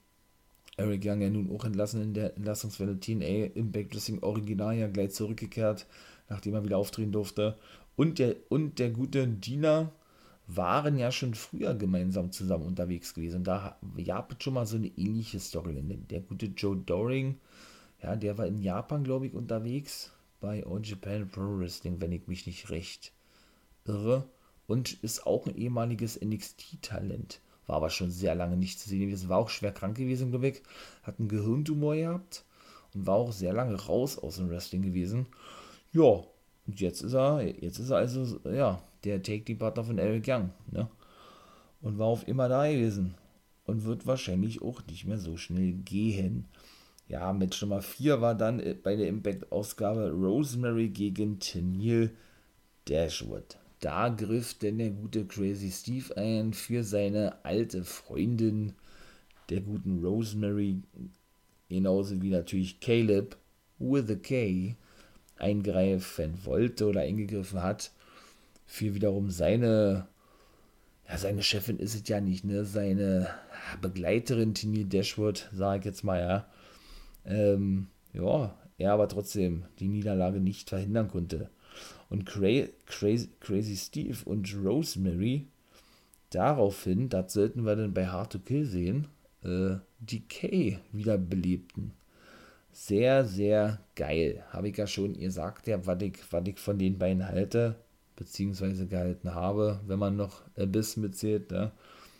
S1: Eric Young ja nun auch entlassen in der Entlassungswelle T N A, Impact Wrestling Original ja gleich zurückgekehrt, nachdem er wieder auftreten durfte. Und der, und der gute Diener waren ja schon früher gemeinsam zusammen unterwegs gewesen. Und da gab es schon mal so eine ähnliche Storyline. Der gute Joe Doring, ja, der war in Japan, glaube ich, unterwegs bei All Japan Pro Wrestling, wenn ich mich nicht recht irre. Und ist auch ein ehemaliges N X T-Talent. War aber schon sehr lange nicht zu sehen gewesen. War auch schwer krank gewesen, glaube ich. Hat einen Gehirntumor gehabt und war auch sehr lange raus aus dem Wrestling gewesen. Ja, und jetzt ist er, jetzt ist er also, ja, der Take-Team-Partner von Eric Young, ne? Und war auf immer da gewesen. Und wird wahrscheinlich auch nicht mehr so schnell gehen. Ja, Match Nummer vier war dann äh, bei der Impact-Ausgabe Rosemary gegen Tennille Dashwood. Da griff denn der gute Crazy Steve ein für seine alte Freundin, der guten Rosemary, genauso wie natürlich Caleb with a K eingreifen wollte oder eingegriffen hat, für wiederum seine, ja, seine Chefin ist es ja nicht, ne, seine Begleiterin Tennille Dashwood, sage ich jetzt mal, ja, ähm, ja, er aber trotzdem die Niederlage nicht verhindern konnte. Und Cra Crazy, Crazy Steve und Rosemary daraufhin, das sollten wir dann bei Hard to Kill sehen, äh, Decay wiederbelebten. Sehr, sehr geil. Habe ich ja schon gesagt, ja, was ich, was ich von den beiden halte, beziehungsweise gehalten habe, wenn man noch Abyss mitzählt. Ne?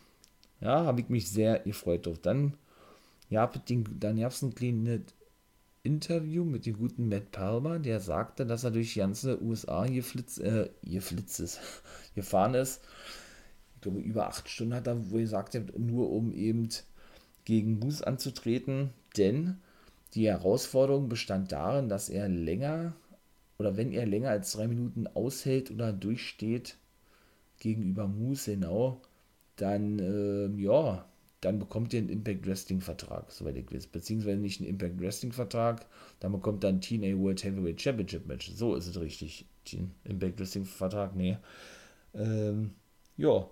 S1: Ja, habe ich mich sehr gefreut drauf. Dann, ja, dann gab es ein kleines Interview mit dem guten Matt Palmer, der sagte, dass er durch die ganze U S A geflitzt, äh, geflitzt ist, gefahren ist. Ich glaube, über acht Stunden hat er wohl gesagt, nur um eben gegen Moose anzutreten, denn die Herausforderung bestand darin, dass er länger oder wenn er länger als drei Minuten aushält oder durchsteht, gegenüber Moose, genau, dann, ähm, ja, dann bekommt ihr einen Impact Wrestling Vertrag, soweit ich weiß. Beziehungsweise nicht einen Impact Wrestling Vertrag, dann bekommt er ein T N A World Heavyweight Championship Match. So ist es richtig. Team Impact Wrestling Vertrag, nee. Ähm, ja,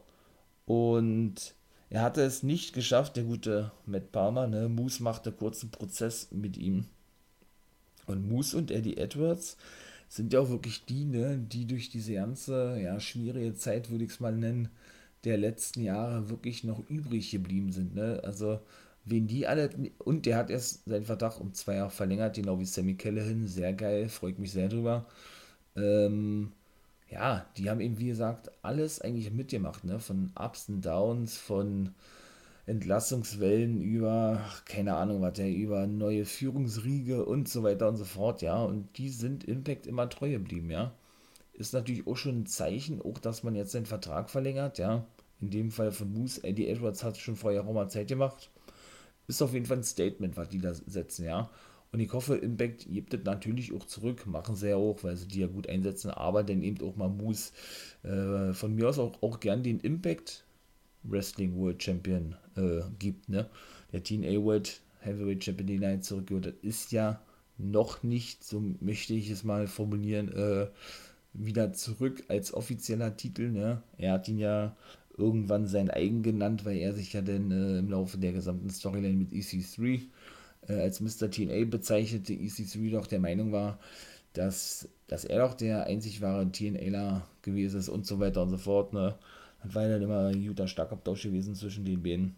S1: und er hatte es nicht geschafft, der gute Matt Palmer, ne? Moose machte kurzen Prozess mit ihm. Und Moose und Eddie Edwards sind ja auch wirklich die, ne, die durch diese ganze, ja, schwierige Zeit, würde ich es mal nennen, der letzten Jahre wirklich noch übrig geblieben sind, ne? Also, wen die alle, und der hat erst seinen Vertrag um zwei Jahre verlängert, genau wie Sami Callihan, sehr geil, freut mich sehr drüber. Ähm, ja, die haben eben, wie gesagt, alles eigentlich mitgemacht, ne? Von Ups und Downs, von Entlassungswellen über, ach, keine Ahnung, was der, über neue Führungsriege und so weiter und so fort, ja. Und die sind Impact immer treu geblieben, ja. Ist natürlich auch schon ein Zeichen, auch dass man jetzt seinen Vertrag verlängert, ja. In dem Fall von Moose, Eddie Edwards hat es schon vorher auch mal Zeit gemacht. Ist auf jeden Fall ein Statement, was die da setzen, ja. Und ich hoffe, Impact gibt das natürlich auch zurück. Machen sie ja auch, weil sie die ja gut einsetzen. Aber dann eben auch mal Moose. Äh, von mir aus auch, auch gern den Impact Wrestling World Champion äh, gibt, ne? Der T N A World Heavyweight Champion, den er jetzt zurückgeholt hat, ist ja noch nicht, so möchte ich es mal formulieren, äh, wieder zurück als offizieller Titel, ne? Er hat ihn ja irgendwann sein eigen genannt, weil er sich ja dann äh, im Laufe der gesamten Storyline mit E C drei äh, als Mister T N A bezeichnete, E C drei doch der Meinung war, dass, dass er doch der einzig wahre TNAler gewesen ist und so weiter und so fort, ne? Das war ja dann immer ein guter Starkabtausch gewesen zwischen den beiden.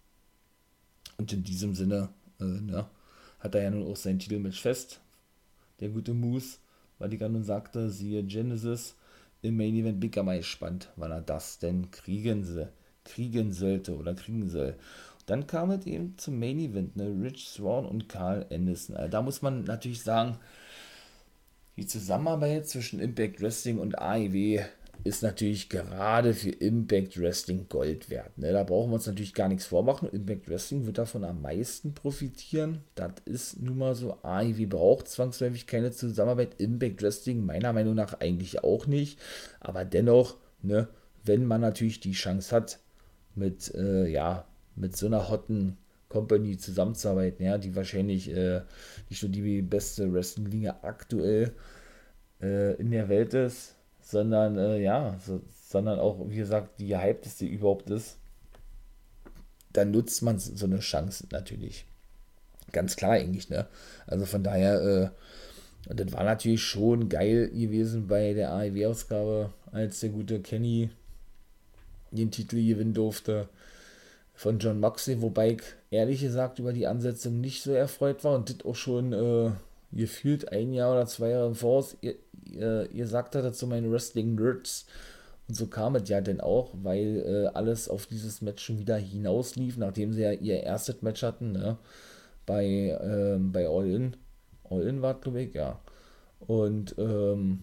S1: Und in diesem Sinne, äh, ne, hat er ja nun auch sein Titelmatch fest, der gute Moose, weil ich ja nun sagte, siehe Genesis, im Main Event bin ich ja mal gespannt, wann er das denn kriegen, se, kriegen sollte oder kriegen soll. Dann kam es eben zum Main Event, ne, Rich Swann und Carl Anderson. Also da muss man natürlich sagen, die Zusammenarbeit zwischen Impact Wrestling und A E W ist natürlich gerade für Impact Wrestling Gold wert. Ne? Da brauchen wir uns natürlich gar nichts vormachen. Impact Wrestling wird davon am meisten profitieren. Das ist nun mal so. A E W braucht zwangsläufig keine Zusammenarbeit. Impact Wrestling meiner Meinung nach eigentlich auch nicht. Aber dennoch, ne, wenn man natürlich die Chance hat, mit, äh, ja, mit so einer hotten Company zusammenzuarbeiten, ja, die wahrscheinlich äh, nicht nur die beste Wrestling-Liga aktuell äh, in der Welt ist, sondern äh, ja, so, sondern auch, wie gesagt, die gehypteste überhaupt ist, dann nutzt man so eine Chance natürlich. Ganz klar eigentlich, ne? Also von daher, äh, und das war natürlich schon geil gewesen bei der A E W-Ausgabe, als der gute Kenny den Titel gewinnen durfte von John Moxley, wobei ich ehrlich gesagt über die Ansetzung nicht so erfreut war und das auch schon äh, gefühlt ein Jahr oder zwei Jahre im Voraus, ihr, ihr, ihr sagt das zu meinen Wrestling-Nerds. Und so kam es ja dann auch, weil äh, alles auf dieses Match schon wieder hinauslief, nachdem sie ja ihr erstes Match hatten, ne? Bei, ähm, bei All In. All In war, glaube ich, ja. Und ähm,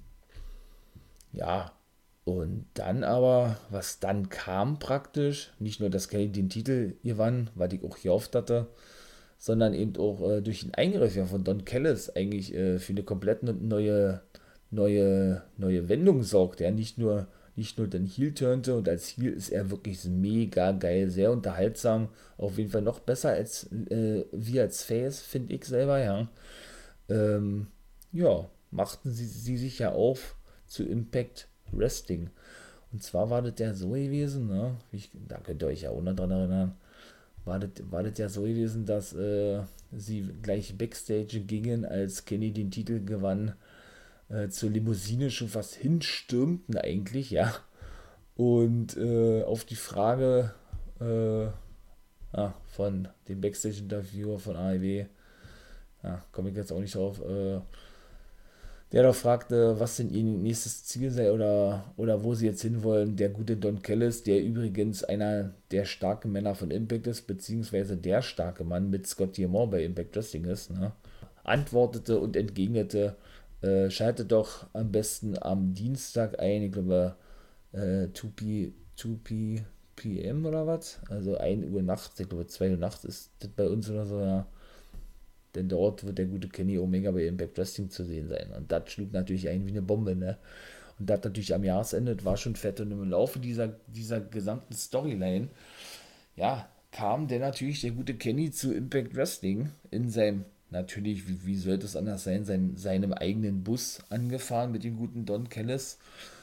S1: ja, und dann aber, was dann kam praktisch, nicht nur, dass Kenny den Titel gewann, weil ich auch gehofft hatte, sondern eben auch äh, durch den Eingriff ja von Don Callis eigentlich äh, für eine komplett neue, neue, neue Wendung sorgt. Er nicht nur, nicht nur den Heel turnte und als Heel ist er wirklich mega geil, sehr unterhaltsam, auf jeden Fall noch besser als äh, wir als Face, finde ich selber, ja. Ähm, ja, machten sie, sie sich ja auf zu Impact Wrestling. Und zwar war das ja so gewesen, ne? Ich, da könnt ihr euch ja auch noch dran erinnern, war das, war das ja so gewesen, dass äh, sie gleich Backstage gingen, als Kenny den Titel gewann, äh, zur Limousine schon fast hinstürmten eigentlich, ja. Und äh, auf die Frage äh, ah, von dem Backstage-Interviewer von A E W, ja, komme ich jetzt auch nicht drauf, äh, der doch fragte, was denn ihr nächstes Ziel sei oder, oder wo sie jetzt hinwollen. Der gute Don Callis, der übrigens einer der starken Männer von Impact ist, beziehungsweise der starke Mann mit Scott D'Amore bei Impact Wrestling ist, ne, antwortete und entgegnete, äh, schaltet doch am besten am Dienstag ein, ich glaube, äh, zwei P, zwei P, P M oder was? Also ein Uhr nachts, ich glaube zwei Uhr nachts ist das bei uns oder so, ja. Denn dort wird der gute Kenny Omega bei Impact Wrestling zu sehen sein. Und das schlug natürlich ein wie eine Bombe, ne? Und das natürlich am Jahresende, das war schon fett. Und im Laufe dieser, dieser gesamten Storyline, ja, kam der natürlich, der gute Kenny, zu Impact Wrestling in seinem, natürlich, wie, wie sollte es anders sein, sein, seinem eigenen Bus angefahren mit dem guten Don Callis.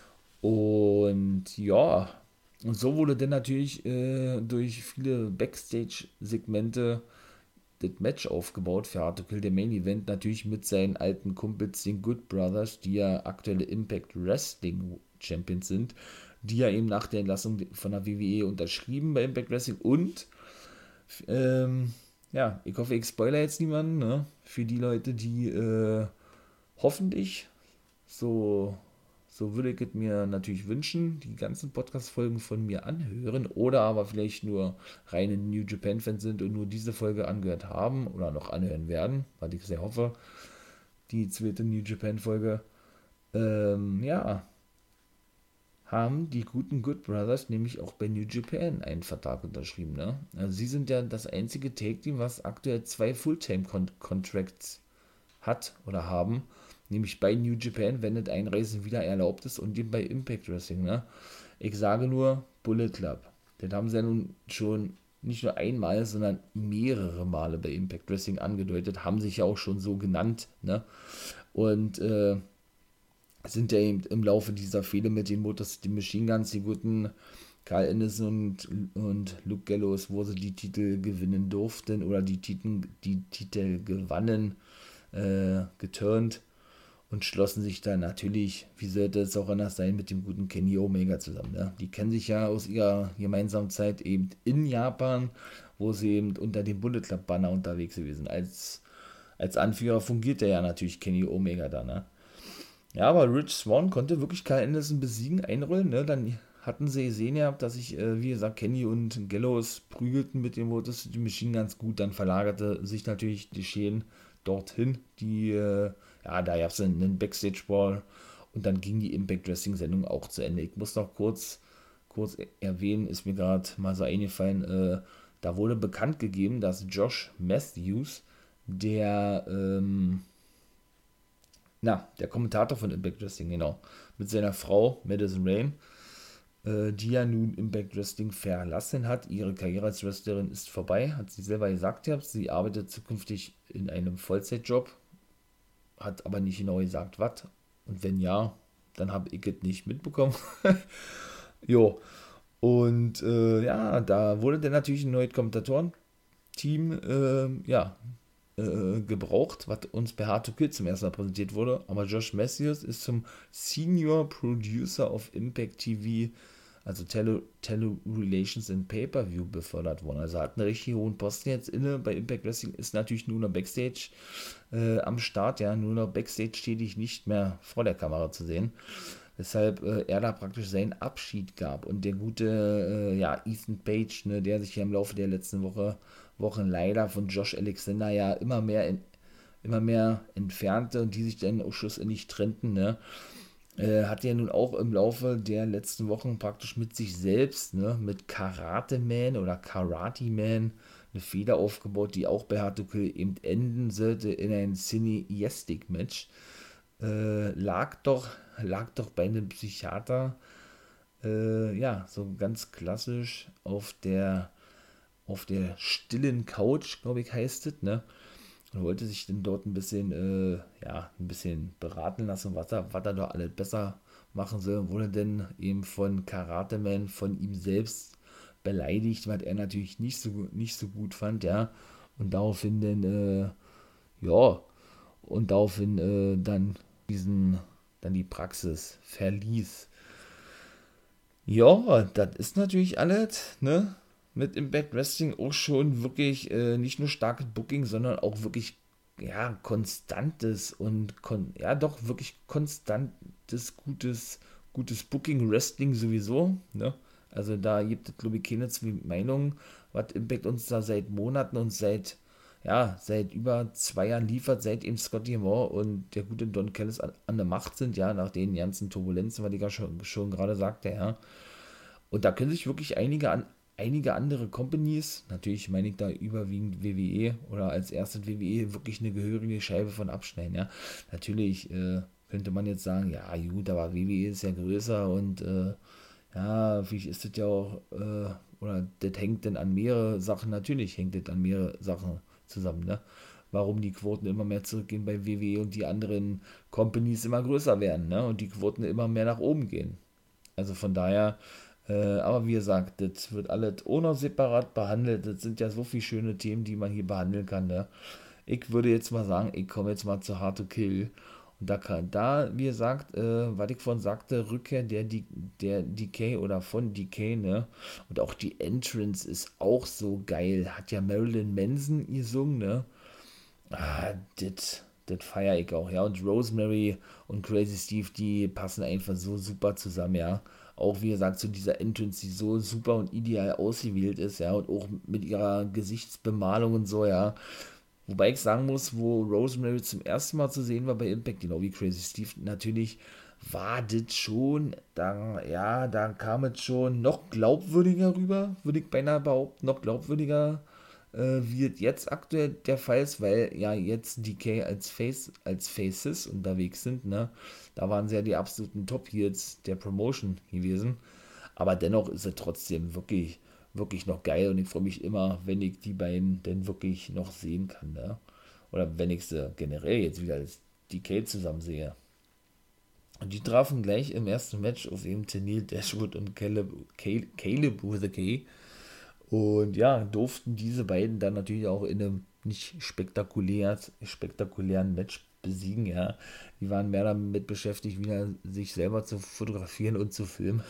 S1: Und ja, und so wurde dann natürlich äh, durch viele Backstage-Segmente das Match aufgebaut für Hard to Kill, der Main Event, natürlich mit seinen alten Kumpels, den Good Brothers, die ja aktuelle Impact Wrestling Champions sind, die ja eben nach der Entlassung von der W W E unterschrieben bei Impact Wrestling und ähm, ja, ich hoffe, ich spoiler jetzt niemanden, ne? Für die Leute, die äh, hoffentlich so, so würde ich es mir natürlich wünschen, die ganzen Podcast-Folgen von mir anhören oder aber vielleicht nur reine New Japan-Fans sind und nur diese Folge angehört haben oder noch anhören werden, weil ich sehr hoffe, die zweite New Japan-Folge, ähm, ja, haben die guten Good Brothers nämlich auch bei New Japan einen Vertrag unterschrieben. Ne? Also sie sind ja das einzige Take-Team, was aktuell zwei Fulltime-Contracts hat oder haben, nämlich bei New Japan, wenn das Einreisen wieder erlaubt ist und eben bei Impact Wrestling. Ne? Ich sage nur Bullet Club. Den haben sie ja nun schon nicht nur einmal, sondern mehrere Male bei Impact Wrestling angedeutet, haben sich ja auch schon so genannt. Ne? Und äh, sind ja eben im Laufe dieser Fehde mit den Motor City Machine Guns, die guten Carl Anderson und, und Luke Gallows, wo sie die Titel gewinnen durften oder die Titel, die Titel gewannen, äh, geturnt und schlossen sich dann natürlich, wie sollte es auch anders sein, mit dem guten Kenny Omega zusammen. Ne? Die kennen sich ja aus ihrer gemeinsamen Zeit eben in Japan, wo sie eben unter dem Bullet Club Banner unterwegs gewesen sind. Als, als Anführer fungiert er ja natürlich Kenny Omega da, ne? Ja, aber Rich Swann konnte wirklich Carl Anderson besiegen, einrollen, ne? Dann hatten sie gesehen ja, dass sich, äh, wie gesagt, Kenny und Gallows prügelten mit dem Motor City Machine ganz gut. Dann verlagerte sich natürlich die Schäden dorthin. Die, äh, ja, da gab es einen Backstage-Brawl und dann ging die Impact Wrestling-Sendung auch zu Ende. Ich muss noch kurz, kurz erwähnen, ist mir gerade mal so eingefallen, äh, da wurde bekannt gegeben, dass Josh Matthews, der, ähm, na, der Kommentator von Impact Wrestling, genau, mit seiner Frau Madison Rain, äh, die ja nun Impact Wrestling verlassen hat. Ihre Karriere als Wrestlerin ist vorbei, hat sie selber gesagt. Ja, sie arbeitet zukünftig in einem Vollzeitjob, hat aber nicht genau gesagt, was. Und wenn ja, dann habe ich es nicht mitbekommen. Jo, und äh, ja, da wurde dann natürlich ein neues Kommentatoren-Team, äh, ja, äh, gebraucht, was uns bei Hard to Kill zum ersten Mal präsentiert wurde. Aber Josh Matthews ist zum Senior Producer of Impact T V, also Tele, Tele Relations and Pay-Per-View, befördert worden. Also hat einen richtig hohen Posten jetzt inne. Bei Impact Wrestling ist natürlich nur noch Backstage äh, am Start, ja, nur noch Backstage tätig, nicht mehr vor der Kamera zu sehen. Weshalb äh, er da praktisch seinen Abschied gab. Und der gute, äh, ja, Ethan Page, ne, der sich ja im Laufe der letzten Woche, Wochen leider von Josh Alexander ja immer mehr, in, immer mehr entfernte und die sich dann auch schlussendlich trennten, ne, äh, hat ja nun auch im Laufe der letzten Wochen praktisch mit sich selbst, ne, mit Karate Man oder Karate Man eine Feder aufgebaut, die auch bei Hard to Kill eben enden sollte in ein Cineastic-Match. Äh, lag doch, lag doch bei einem Psychiater, äh, ja, so ganz klassisch auf der, auf der stillen Couch, glaube ich, heißt es, ne? Und wollte sich dann dort ein bisschen, äh, ja, ein bisschen beraten lassen, was er, was er doch alles besser machen soll. Und wurde dann eben von Karate Man, von ihm selbst beleidigt, was er natürlich nicht so, nicht so gut fand, ja. Und daraufhin dann, äh, ja, und daraufhin äh, dann diesen, dann die Praxis verließ. Ja, das ist natürlich alles, ne? Mit Impact Wrestling auch schon wirklich äh, nicht nur starkes Booking, sondern auch wirklich, ja, konstantes und, kon ja, doch wirklich konstantes, gutes, gutes Booking, Wrestling sowieso, ne? Also da gibt es, glaube ich, keine zwei Meinungen, was Impact uns da seit Monaten und seit, ja, seit über zwei Jahren liefert, seit eben Scotty Moore und der gute Don Callis an, an der Macht sind, ja, nach den ganzen Turbulenzen, was ich ja schon, schon gerade sagte, ja. Und da können sich wirklich einige, an, einige andere Companies, natürlich meine ich da überwiegend W W E oder als erstes W W E, wirklich eine gehörige Scheibe von abschneiden, ja. Natürlich, äh, könnte man jetzt sagen, ja gut, aber W W E ist ja größer und äh, ja, vielleicht ist das ja auch, äh, oder das hängt dann an mehrere Sachen, natürlich hängt das an mehrere Sachen zusammen, ne? Warum die Quoten immer mehr zurückgehen bei W W E und die anderen Companies immer größer werden, ne? Und die Quoten immer mehr nach oben gehen. Also von daher, äh, aber wie gesagt, das wird alles auch noch separat behandelt. Das sind ja so viele schöne Themen, die man hier behandeln kann, ne? Ich würde jetzt mal sagen, ich komme jetzt mal zu Hard to Kill. Und da, kann, da wie gesagt, äh, was ich vorhin sagte, Rückkehr der, D- der D K oder von D K, ne? Und auch die Entrance ist auch so geil. Hat ja Marilyn Manson gesungen, ne? Ah, das, das feiere ich auch, ja. Und Rosemary und Crazy Steve, die passen einfach so super zusammen, ja. Auch wie gesagt, zu dieser Entrance, die so super und ideal ausgewählt ist, ja. Und auch mit ihrer Gesichtsbemalung und so, ja. Wobei ich sagen muss, wo Rosemary zum ersten Mal zu sehen war bei Impact, genau wie Crazy Steve, natürlich war das schon, da, ja, da kam es schon noch glaubwürdiger rüber, würde ich beinahe behaupten, noch glaubwürdiger, äh, wie es jetzt aktuell der Fall ist, weil ja jetzt D K als Face, als Faces unterwegs sind, ne? Da waren sie ja die absoluten Top-Heels der Promotion gewesen. Aber dennoch ist es trotzdem wirklich, wirklich noch geil und ich freue mich immer, wenn ich die beiden denn wirklich noch sehen kann, ne? Oder wenn ich sie generell jetzt wieder als D K zusammen sehe. Und die trafen gleich im ersten Match auf eben Tenille Dashwood und Caleb, Caleb, Caleb with a K. Und ja, durften diese beiden dann natürlich auch in einem nicht spektakulär, spektakulären Match besiegen, ja. Die waren mehr damit beschäftigt, wieder sich selber zu fotografieren und zu filmen.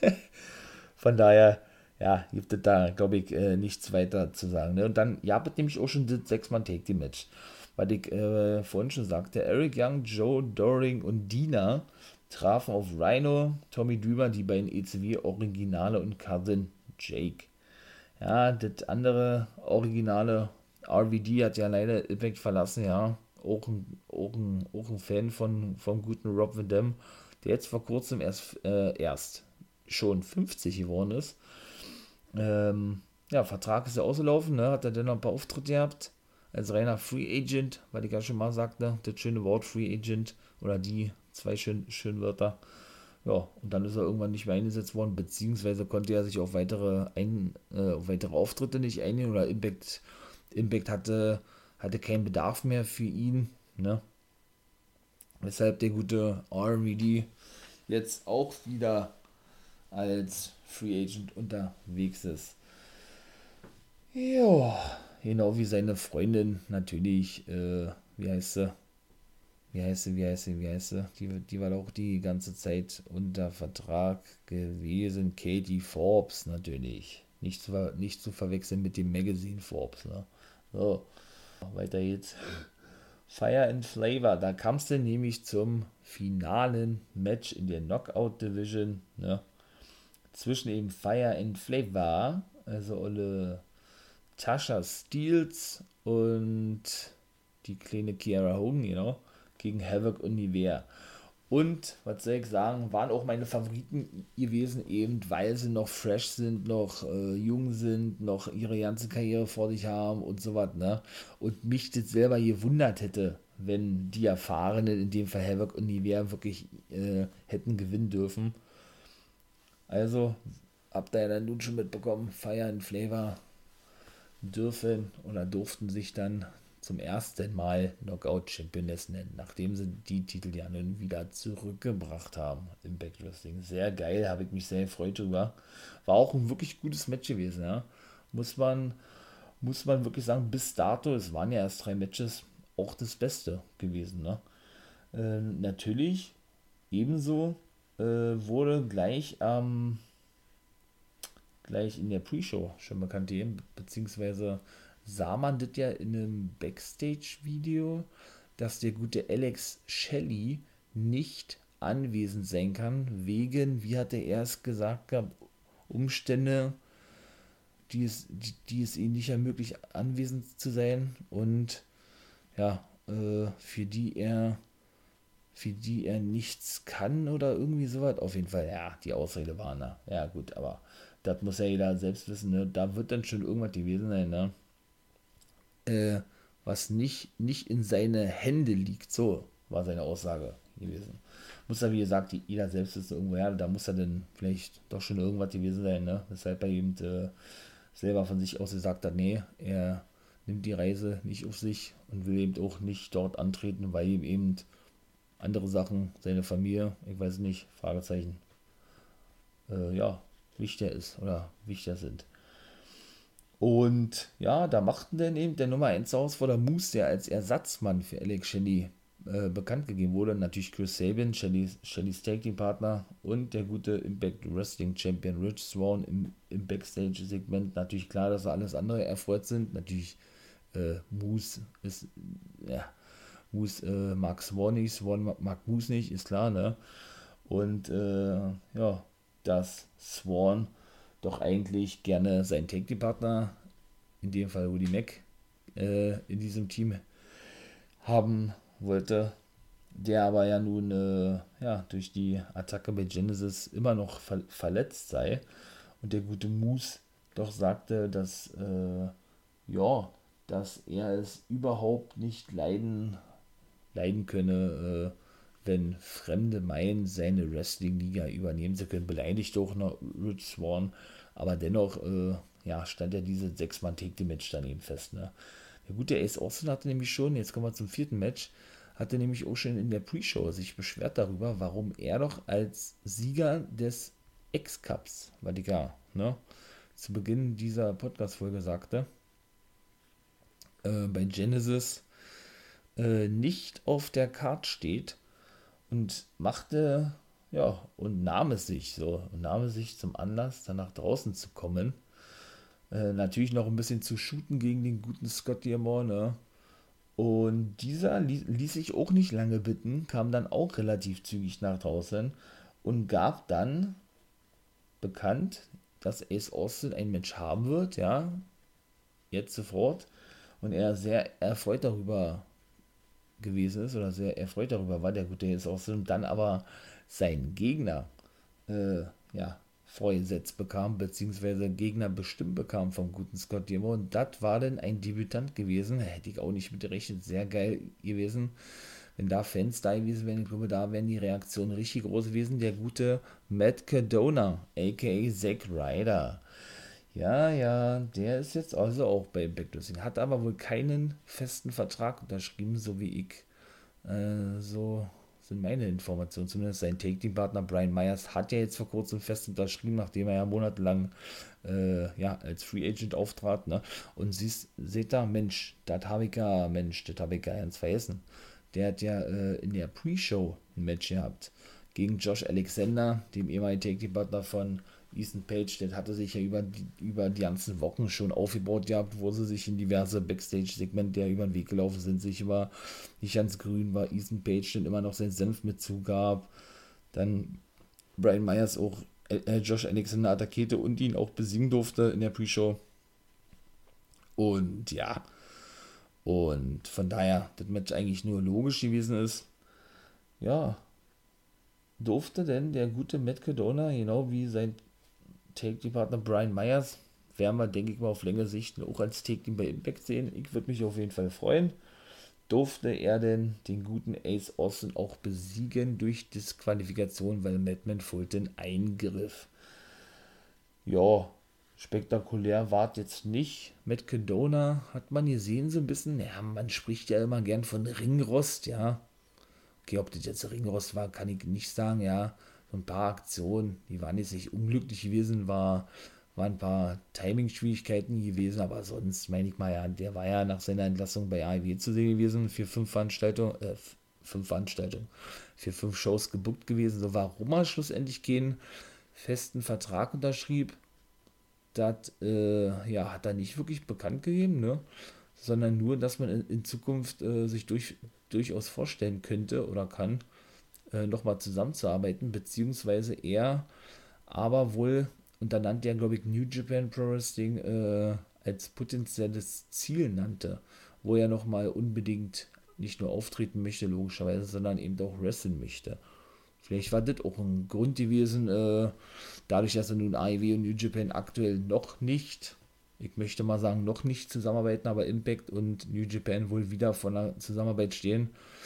S1: Von daher, ja, gibt es da, glaube ich, äh, nichts weiter zu sagen. Ne? Und dann, ja, wird nämlich auch schon das Sechs-Mann-Take-Team-Match. Was ich äh, vorhin schon sagte, Eric Young, Joe Doring und Dina trafen auf Rhino, Tommy Dreamer, die beiden E C W-Originale und Cousin Jake. Ja, das andere Originale, R V D, hat ja leider Impact verlassen, ja. Auch ein, auch ein, auch ein Fan von, vom guten Rob Van Dam, der jetzt vor kurzem erst, äh, erst schon fünfzig geworden ist. Ähm, ja, Vertrag ist ja ausgelaufen, ne? Hat er dann noch ein paar Auftritte gehabt. Als reiner Free Agent, weil ich ja schon mal sagte, das schöne Wort Free Agent oder die zwei schönen schön Wörter. Ja, und dann ist er irgendwann nicht mehr eingesetzt worden, beziehungsweise konnte er sich auf weitere, ein, äh, auf weitere Auftritte nicht einigen oder Impact, Impact hatte, hatte keinen Bedarf mehr für ihn, ne? Weshalb der gute R V D jetzt auch wieder als Free Agent unterwegs ist. Ja, genau wie seine Freundin natürlich, äh, wie heißt sie? Wie heißt sie, wie heißt sie, wie heißt sie? Die, die war auch die ganze Zeit unter Vertrag gewesen. Katie Forbes natürlich. Nicht zu, ver- nicht zu verwechseln mit dem Magazine Forbes. Ne? So, weiter geht's. Fire and Flavor. Da kam es dann nämlich zum finalen Match in der Knockout Division. Ne? Zwischen eben Fire and Flavor, also alle Tasha Steels und die kleine Kiara Hogan, genau, gegen Havoc und Nivea. Und, was soll ich sagen, waren auch meine Favoriten gewesen, eben weil sie noch fresh sind, noch äh, jung sind, noch ihre ganze Karriere vor sich haben und so was, ne? Und mich das selber gewundert hätte, wenn die Erfahrenen, in dem Fall Havoc und Nivea, wirklich äh, hätten gewinnen dürfen. Also, habt ihr ja dann nun schon mitbekommen, Fire and Flavor dürfen oder durften sich dann zum ersten Mal Knockout Championess nennen, nachdem sie die Titel ja nun wieder zurückgebracht haben. Impact Wrestling. Sehr geil, habe ich mich sehr gefreut drüber. War auch ein wirklich gutes Match gewesen, ja. Muss man, muss man wirklich sagen, bis dato, es waren ja erst drei Matches, auch das Beste gewesen, ne? Äh, natürlich, ebenso äh, wurde gleich am gleich in der Pre-Show schon bekannt gegeben, beziehungsweise sah man das ja in einem Backstage-Video, dass der gute Alex Shelley nicht anwesend sein kann, wegen, wie hat er erst gesagt gehabt, Umstände, die es, die, die es ihm nicht ermöglicht, anwesend zu sein und ja, äh, für die er für die er nichts kann oder irgendwie sowas. Auf jeden Fall, ja, die Ausrede war, ne? Ja, gut, aber das muss ja jeder selbst wissen, ne? Da wird dann schon irgendwas gewesen sein, ne? Äh, was nicht, nicht in seine Hände liegt, so war seine Aussage gewesen. Muss ja, wie gesagt, jeder selbst ist irgendwo her, da muss er dann vielleicht doch schon irgendwas gewesen sein, ne? Weshalb er eben äh, selber von sich aus gesagt hat, nee, er nimmt die Reise nicht auf sich und will eben auch nicht dort antreten, weil ihm eben andere Sachen, seine Familie, ich weiß nicht, Fragezeichen, äh, ja, wichtiger ist oder wichtiger sind. Und ja, da machten dann eben der Nummer eins aus vor der Moose, der als Ersatzmann für Alex Shelley äh, bekannt gegeben wurde. Natürlich Chris Sabin, Shellys, Shellys Tag Team Partner und der gute Impact Wrestling Champion Rich Swann im, im Backstage-Segment. Natürlich klar, dass alles andere erfreut sind. Natürlich äh, Moose ist, ja, Moose äh, mag Swann nicht, Swann mag Moose nicht, ist klar, ne? Und äh, ja, dass Swann doch eigentlich gerne seinen Tag Team Partner, in dem Fall Woody Mack, äh, in diesem Team haben wollte, der aber ja nun äh, ja, durch die Attacke bei Genesis immer noch ver- verletzt sei und der gute Moose doch sagte, dass äh, ja, dass er es überhaupt nicht leiden leiden könne, äh, wenn Fremde meinen, seine Wrestling-Liga übernehmen zu können. Beleidigt auch noch Rich Swann, aber dennoch äh, ja, stand ja diese sechs-Mann-Take-Match daneben fest. Ne? Der gute Ace Austin hatte nämlich schon, jetzt kommen wir zum vierten Match, hatte nämlich auch schon in der Pre-Show sich beschwert darüber, warum er doch als Sieger des X-Cups, was ich ja ne, zu Beginn dieser Podcast-Folge sagte, äh, bei Genesis äh, nicht auf der Card steht und machte, ja, und nahm es sich so, und nahm es sich zum Anlass, dann nach draußen zu kommen. Äh, natürlich noch ein bisschen zu shooten gegen den guten Scott D'Amore, ne? Und dieser ließ, ließ sich auch nicht lange bitten, kam dann auch relativ zügig nach draußen und gab dann bekannt, dass Ace Austin ein Match haben wird, ja, jetzt sofort. Und er sehr erfreut darüber gewesen ist oder sehr erfreut darüber war, der gute Ace Austin, und dann aber sein Gegner, äh, ja, vorgesetzt bekam, beziehungsweise Gegner bestimmt bekam vom guten Scott D'Amore. Und das war dann ein Debütant gewesen, hätte ich auch nicht mit gerechnet, sehr geil gewesen, wenn da Fans da gewesen wären. Ich glaube, da wären die Reaktionen richtig groß gewesen. Der gute Matt Cardona, aka Zack Ryder. Ja, ja, der ist jetzt also auch bei Impact Wrestling, hat aber wohl keinen festen Vertrag unterschrieben, so wie ich. Äh, so sind meine Informationen. Zumindest sein Take-Team-Partner Brian Myers hat ja jetzt vor kurzem fest unterschrieben, nachdem er ja monatelang äh, ja, als Free Agent auftrat. Ne? Und siehst, seht da, Mensch, das habe ich ja, Mensch, das habe ich ja ganz vergessen. Der hat ja äh, in der Pre-Show ein Match gehabt gegen Josh Alexander, dem ehemaligen Take-Team-Partner von Ethan Page. Der hatte sich ja über die, über die ganzen Wochen schon aufgebaut gehabt, wo sie sich in diverse Backstage-Segmente ja über den Weg gelaufen sind, sich immer nicht ganz grün war, Ethan Page dann immer noch seinen Senf mit zugab, dann Brian Myers auch äh, Josh Alexander attackierte und ihn auch besiegen durfte in der Pre-Show. Und ja, und von daher, das Match eigentlich nur logisch gewesen ist, ja, durfte denn der gute Matt Cardona, genau wie sein Take-Team-Partner Brian Myers, werden wir, denke ich mal, auf längere Sicht auch als Take-Team bei Impact sehen. Ich würde mich auf jeden Fall freuen. Durfte er denn den guten Ace Austin auch besiegen durch Disqualifikation, weil Madman Fulton eingriff. Ja, spektakulär war es jetzt nicht. Matt Cardona hat man gesehen so ein bisschen, ja, man spricht ja immer gern von Ringrost, ja. Okay, ob das jetzt Ringrost war, kann ich nicht sagen, ja. So ein paar Aktionen, die waren jetzt nicht unglücklich gewesen, war, waren ein paar Timing-Schwierigkeiten gewesen, aber sonst meine ich mal, ja, der war ja nach seiner Entlassung bei A E W zu sehen gewesen, für fünf Veranstaltungen, äh, fünf Veranstaltungen, für fünf Shows gebuckt gewesen, so warum er schlussendlich keinen festen Vertrag unterschrieb, das, äh, ja, hat er nicht wirklich bekannt gegeben, ne? Sondern nur, dass man in, in Zukunft äh, sich durch, durchaus vorstellen könnte oder kann, äh, nochmal zusammenzuarbeiten, beziehungsweise er aber wohl, und da nannte er, glaube ich, New Japan Pro Wrestling äh, als potenzielles Ziel nannte, wo er nochmal unbedingt nicht nur auftreten möchte, logischerweise, sondern eben auch wrestlen möchte. Vielleicht war das auch ein Grund gewesen, äh, dadurch, dass er nun A E W und New Japan aktuell noch nicht, ich möchte mal sagen, noch nicht zusammenarbeiten, aber Impact und New Japan wohl wieder von der Zusammenarbeit stehen,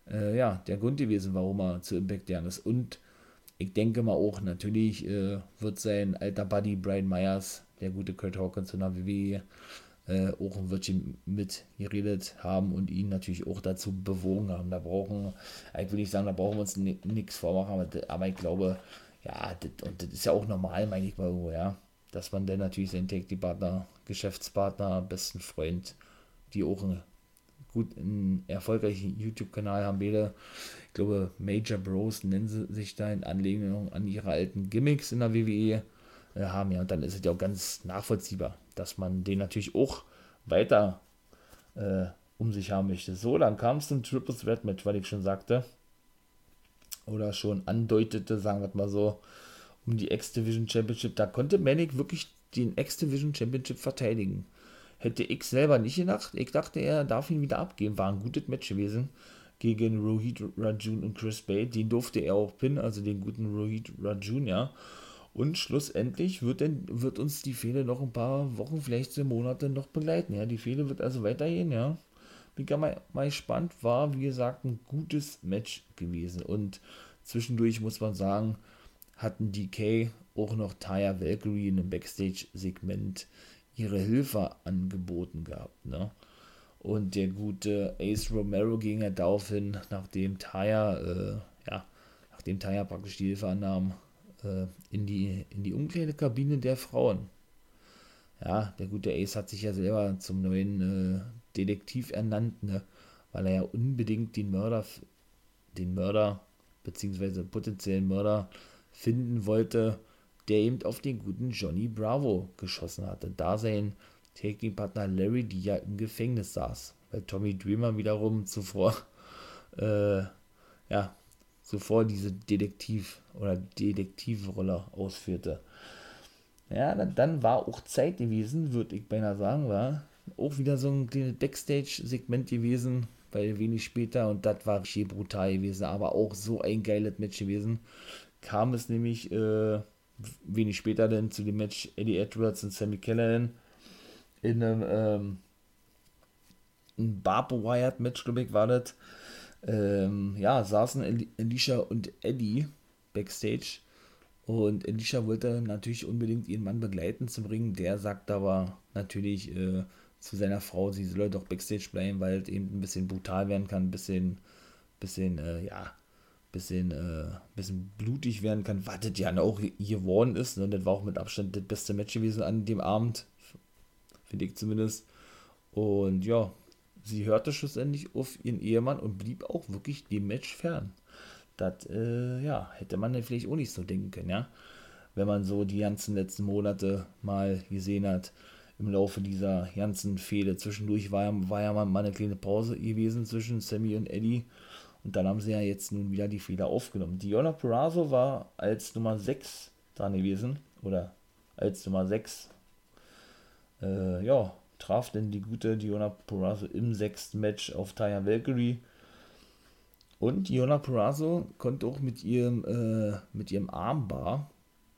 S1: äh, ja, der Grund gewesen, warum er zu Impact gegangen ist. Und ich denke mal auch, natürlich äh, wird sein alter Buddy Brian Myers, der gute Kurt Hawkins von der W W E, äh, auch ein Wörtchen mitgeredet haben und ihn natürlich auch dazu bewogen haben. Da brauchen, ich will nicht sagen, da brauchen wir uns nichts vormachen, aber, aber ich glaube, ja, das, und das ist ja auch normal, meine ich mal, ja, dass man dann natürlich seinen Take-Partner, Geschäftspartner, besten Freund, die auch einen gut einen erfolgreichen YouTube-Kanal haben, beide, ich glaube, Major Bros nennen sie sich da in Anlehnung an ihre alten Gimmicks in der W W E, äh, haben, ja, und dann ist es ja auch ganz nachvollziehbar, dass man den natürlich auch weiter äh, um sich haben möchte. So, dann kam es zum Triple Threat Match, weil ich schon sagte, oder schon andeutete, sagen wir mal so, um die X-Division Championship. Da konnte Manic wirklich den X-Division Championship verteidigen. Hätte ich selber nicht gedacht. Ich dachte, er darf ihn wieder abgeben. War ein gutes Match gewesen gegen Rohit Rajun und Chris Bay. Den durfte er auch pinnen, also den guten Rohit Rajun, ja. Und schlussendlich wird, denn, wird uns die Fehde noch ein paar Wochen, vielleicht so Monate noch begleiten. Ja. Die Fehde wird also weitergehen, ja. Bin gar mal, mal gespannt. War, wie gesagt, ein gutes Match gewesen. Und zwischendurch muss man sagen, hatten D K auch noch Taya Valkyrie in einem Backstage-Segment ihre Hilfe angeboten gehabt, ne? Und der gute Ace Romero ging ja daraufhin, nachdem Taya, äh, ja, nachdem Taya praktisch die Hilfe annahm, äh, in die, in die Umkleidekabine der Frauen. Ja, der gute Ace hat sich ja selber zum neuen äh, Detektiv ernannt, ne? Weil er ja unbedingt den Mörder, den Mörder, beziehungsweise potenziellen Mörder finden wollte, der eben auf den guten Johnny Bravo geschossen hatte, da sein Taking-Partner Larry, die ja im Gefängnis saß, weil Tommy Dreamer wiederum zuvor, äh, ja, zuvor diese Detektiv- oder Detektivrolle ausführte. Ja, dann, dann war auch Zeit gewesen, würde ich beinahe sagen, war auch wieder so ein kleines Backstage-Segment gewesen, weil wenig später, und das war richtig brutal gewesen, aber auch so ein geiles Match gewesen, kam es nämlich äh, wenig später dann zu dem Match Eddie Edwards und Sami Callihan in einem ähm, ein Barbed Wire Match, glaube ich, war das. Ähm, ja, saßen El- Alicia und Eddie backstage und Alicia wollte natürlich unbedingt ihren Mann begleiten zum Ring. Der sagt aber natürlich äh, zu seiner Frau, sie soll doch backstage bleiben, weil es eben ein bisschen brutal werden kann, ein bisschen, bisschen, äh, ja, bisschen, äh, bisschen blutig werden kann, was das ja auch geworden ist. Ne? Und das war auch mit Abstand das beste Match gewesen an dem Abend, finde ich zumindest. Und ja, sie hörte schlussendlich auf ihren Ehemann und blieb auch wirklich dem Match fern. Das, äh, ja, hätte man ja vielleicht auch nicht so denken können, ja. Wenn man so die ganzen letzten Monate mal gesehen hat, im Laufe dieser ganzen Fehde. Zwischendurch war ja, war ja mal eine kleine Pause gewesen zwischen Sammy und Eddie. Und dann haben sie ja jetzt nun wieder die Fehler aufgenommen. Diona Purrazzo war als Nummer sechs dran gewesen. Oder als Nummer sechs. Äh, ja, traf denn die gute Diona Purrazzo im sechsten Match auf Taya Valkyrie. Und Diona Purrazzo konnte auch mit ihrem, äh, mit ihrem Armbar,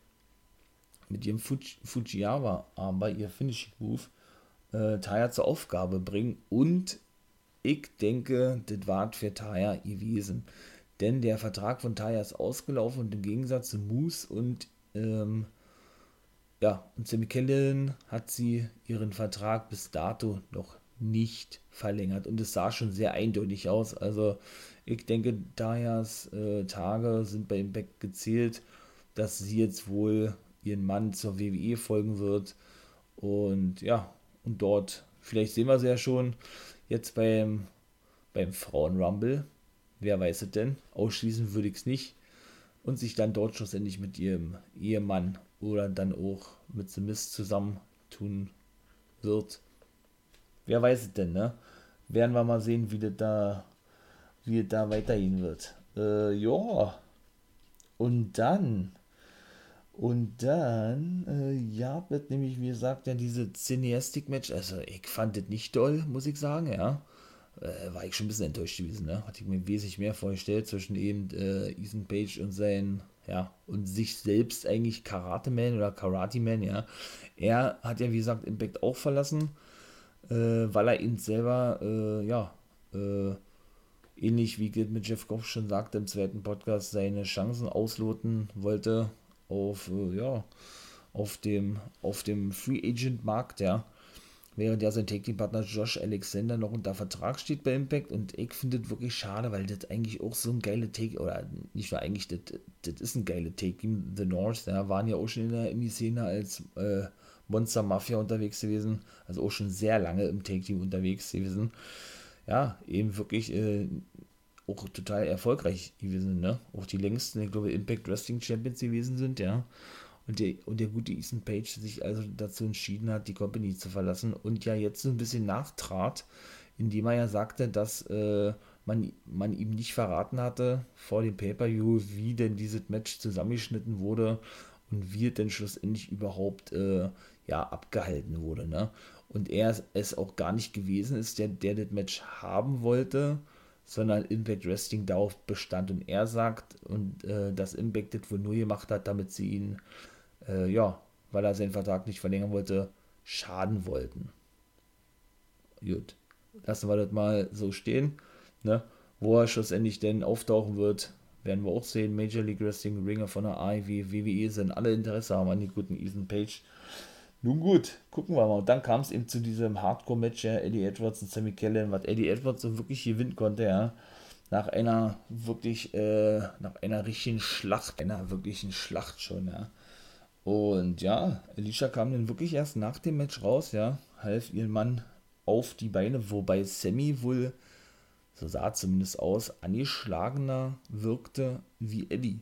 S1: mit ihrem Fuji, Fujiwara-Armbar, ihr Finishing Move, äh, Taya zur Aufgabe bringen. Und ich denke, das war für Taya gewesen. Denn der Vertrag von Taya ist ausgelaufen und im Gegensatz zu Moose und ähm, ja, und Sami Callihan hat sie ihren Vertrag bis dato noch nicht verlängert und es sah schon sehr eindeutig aus. Also ich denke, Tayas äh, Tage sind bei Impact gezählt, dass sie jetzt wohl ihren Mann zur W W E folgen wird und ja, und dort, vielleicht sehen wir sie ja schon, jetzt beim, beim Frauen-Rumble, wer weiß es denn, ausschließen würde ich es nicht, und sich dann dort schlussendlich mit ihrem Ehemann oder dann auch mit The Miz zusammentun wird. Wer weiß es denn, ne? Werden wir mal sehen, wie das da, wie das da weitergehen wird. Äh, ja. Und dann, und dann, äh, ja, wird nämlich, wie gesagt, ja diese Cineastic-Match, also ich fand das nicht doll, muss ich sagen, ja. Äh, war ich schon ein bisschen enttäuscht gewesen, ne? Hatte ich mir wesentlich mehr vorgestellt zwischen eben äh, Ethan Page und sein, ja, und sich selbst eigentlich Karate Man oder Karate Man, ja. Er hat ja, wie gesagt, Impact auch verlassen, äh, weil er eben selber, äh, ja, äh, ähnlich wie Gil mit Jeff Goff schon sagte im zweiten Podcast, seine Chancen ausloten wollte auf, äh, ja, auf dem, auf dem Free Agent Markt, ja. Während ja sein Take-Team-Partner Josh Alexander noch unter Vertrag steht bei Impact und ich finde das wirklich schade, weil das eigentlich auch so ein geiler Take, oder nicht nur eigentlich, das, das ist ein geiler Take-Team, The North, ja, waren ja auch schon in der Indie-Szene als äh, Monster Mafia unterwegs gewesen, also auch schon sehr lange im Take-Team unterwegs gewesen. Ja, eben wirklich äh, auch total erfolgreich gewesen, ne? Auch die längsten, ich glaube, Impact Wrestling Champions gewesen sind, ja. Und der, und der gute Ethan Page sich also dazu entschieden hat, die Company zu verlassen und ja jetzt so ein bisschen nachtrat, indem er ja sagte, dass äh, man, man ihm nicht verraten hatte vor dem Pay-Per-View, wie denn dieses Match zusammengeschnitten wurde und wie es denn schlussendlich überhaupt äh, ja, abgehalten wurde. Ne? Und er es auch gar nicht gewesen ist, der, der das Match haben wollte, sondern Impact Wrestling darauf bestand. Und er sagt, und äh, dass Impact das wohl nur gemacht hat, damit sie ihn äh, ja, weil er seinen Vertrag nicht verlängern wollte, schaden wollten. Gut, lassen wir das mal so stehen. Ne? Wo er schlussendlich denn auftauchen wird, werden wir auch sehen. Major League Wrestling, Ringer von der A E W, W W E sind alle Interesse haben an die guten Ethan Page. Nun gut, gucken wir mal. Und dann kam es eben zu diesem Hardcore-Match, ja, Eddie Edwards und Sami Callihan, was Eddie Edwards so wirklich gewinnen konnte, ja. Nach einer wirklich, äh, nach einer richtigen Schlacht, einer wirklichen Schlacht schon, ja. Und ja, Alicia kam dann wirklich erst nach dem Match raus, ja, half ihren Mann auf die Beine, wobei Sammy wohl, so sah es zumindest aus, angeschlagener wirkte wie Eddie.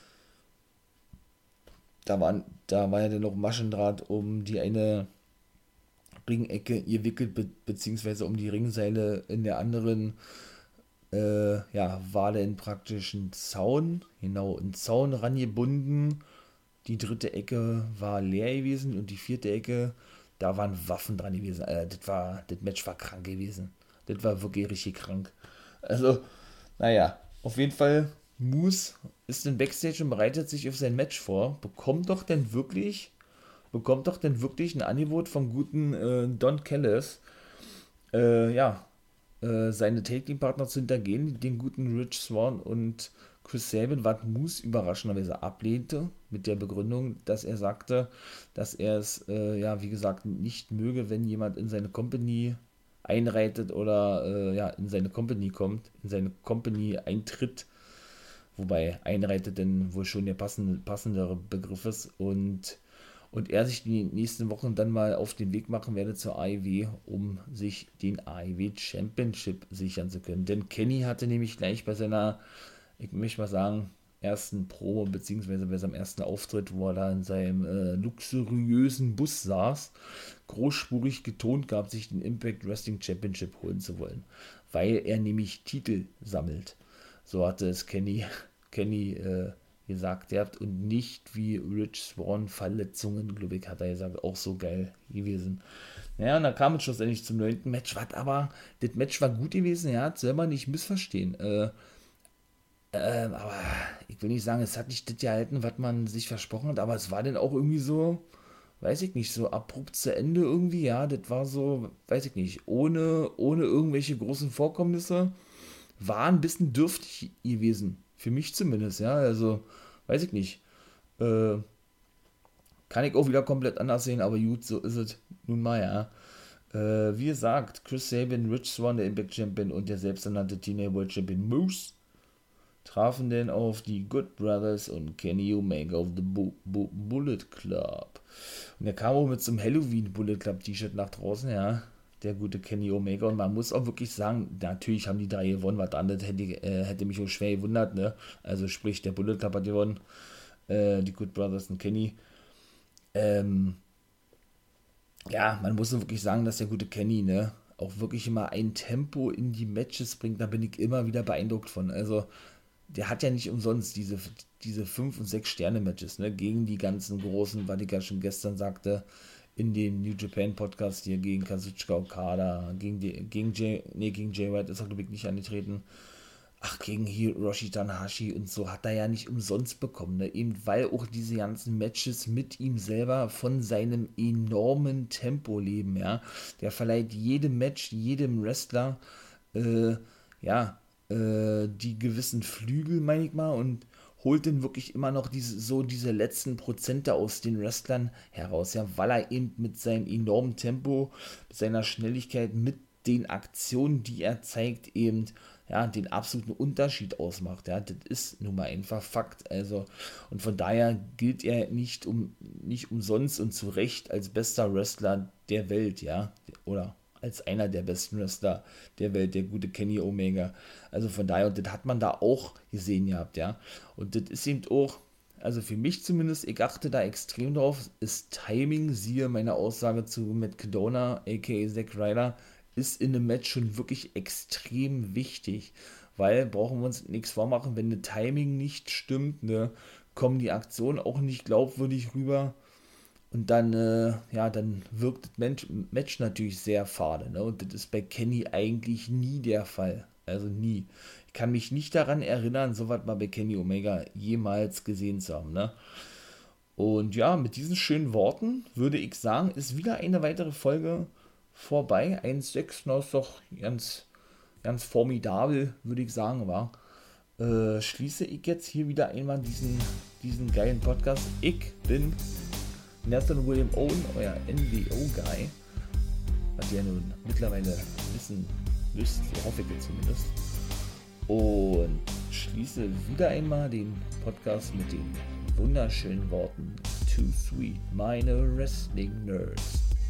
S1: Da, waren, da war ja dann noch Maschendraht um die eine Ringecke gewickelt, be- beziehungsweise um die Ringseile in der anderen, äh, ja, war dann praktisch ein Zaun, genau, ein Zaun rangebunden. Die dritte Ecke war leer gewesen und die vierte Ecke, da waren Waffen dran gewesen. Äh, das war, das Match war krank gewesen. Das war wirklich richtig krank. Also, naja, auf jeden Fall, Moose ist in Backstage und bereitet sich auf sein Match vor. Bekommt doch denn wirklich, bekommt doch denn wirklich ein Angebot vom guten äh, Don Callis, äh, ja, äh, seine Taking-Partner zu hintergehen, den guten Rich Swann und Chris Sabin, was Moose überraschenderweise ablehnte, mit der Begründung, dass er sagte, dass er es, äh, ja, wie gesagt, nicht möge, wenn jemand in seine Company einreitet oder äh, ja, in seine Company kommt, in seine Company eintritt, wobei einreitet denn wohl schon der passende, passendere Begriff ist und und er sich die nächsten Wochen dann mal auf den Weg machen werde zur A E W, um sich den A E W Championship sichern zu können. Denn Kenny hatte nämlich gleich bei seiner, ich möchte mal sagen, ersten Promo, beziehungsweise bei seinem ersten Auftritt, wo er da in seinem äh, luxuriösen Bus saß, großspurig betont gab, sich den Impact Wrestling Championship holen zu wollen, weil er nämlich Titel sammelt. So hatte es Kenny, Kenny äh, gesagt habt und nicht wie Rich Swann Verletzungen, glaube ich, hat er gesagt, auch so geil gewesen. Ja, und dann kam es schlussendlich zum neunten Match, was aber, das Match war gut gewesen, ja, soll man nicht missverstehen. Äh, äh, aber ich will nicht sagen, es hat nicht das gehalten, was man sich versprochen hat, aber es war dann auch irgendwie so, weiß ich nicht, so abrupt zu Ende irgendwie, ja, das war so, weiß ich nicht, ohne, ohne irgendwelche großen Vorkommnisse, war ein bisschen dürftig gewesen. Für mich zumindest, ja. Also, weiß ich nicht. Äh, kann ich auch wieder komplett anders sehen, aber gut, so ist es nun mal, ja. Äh, wie gesagt, Chris Sabin, Rich Swann, der Impact Champion und der selbsternannte Teenage World Champion Moose trafen denn auf die Good Brothers und Kenny Omega of the Bu Bu Bullet Club. Und er kam auch mit so einem Halloween Bullet Club T-Shirt nach draußen, ja. Der gute Kenny Omega. Und man muss auch wirklich sagen, natürlich haben die drei gewonnen, was anderes hätte, äh, hätte mich auch schwer gewundert, ne? Also sprich, der Bullet Club hat gewonnen, äh, die Good Brothers und Kenny. Ähm, ja, man muss auch wirklich sagen, dass der gute Kenny, ne, auch wirklich immer ein Tempo in die Matches bringt, da bin ich immer wieder beeindruckt von. Also, der hat ja nicht umsonst diese, diese fünf und sechs Sterne Matches, ne, gegen die ganzen großen, was ich ja schon gestern sagte, in dem New Japan Podcast hier gegen Kazuchika Okada, gegen die, gegen Jay, nee, gegen Jay White ist er, glaube ich, nicht angetreten. Ach, gegen Hiroshi Tanahashi und so hat er ja nicht umsonst bekommen, ne? Eben weil auch diese ganzen Matches mit ihm selber von seinem enormen Tempo leben, ja. Der verleiht jedem Match, jedem Wrestler, äh, ja, äh, die gewissen Flügel, meine ich mal, und holt dann wirklich immer noch diese, so diese letzten Prozente aus den Wrestlern heraus, ja, weil er eben mit seinem enormen Tempo, mit seiner Schnelligkeit, mit den Aktionen, die er zeigt, eben, ja, den absoluten Unterschied ausmacht, ja, das ist nun mal einfach Fakt, also, und von daher gilt er nicht um, nicht umsonst und zu Recht als bester Wrestler der Welt, ja, oder als einer der besten Wrestler der Welt, der gute Kenny Omega. Also von daher, und das hat man da auch gesehen gehabt, ja. Und das ist eben auch, also für mich zumindest, ich achte da extrem drauf, ist Timing, siehe meine Aussage zu Matt Cadona, aka Zack Ryder, ist in einem Match schon wirklich extrem wichtig, weil brauchen wir uns nichts vormachen, wenn das Timing nicht stimmt, ne, kommen die Aktionen auch nicht glaubwürdig rüber. Und dann, äh, ja, dann wirkt das Match, Match natürlich sehr fade. Ne? Und das ist bei Kenny eigentlich nie der Fall. Also nie. Ich kann mich nicht daran erinnern, so was mal bei Kenny Omega jemals gesehen zu haben. Ne? Und ja, mit diesen schönen Worten würde ich sagen, ist wieder eine weitere Folge vorbei. eins sechs, das ist doch ganz, ganz formidabel, würde ich sagen, war. Äh, schließe ich jetzt hier wieder einmal diesen, diesen geilen Podcast. Ich bin Nathan William Owen, euer N W O-Guy, was ihr nun mittlerweile wissen müsst, so hoffe ich jetzt zumindest. Und schließe wieder einmal den Podcast mit den wunderschönen Worten Too Sweet, meine Wrestling Nerds.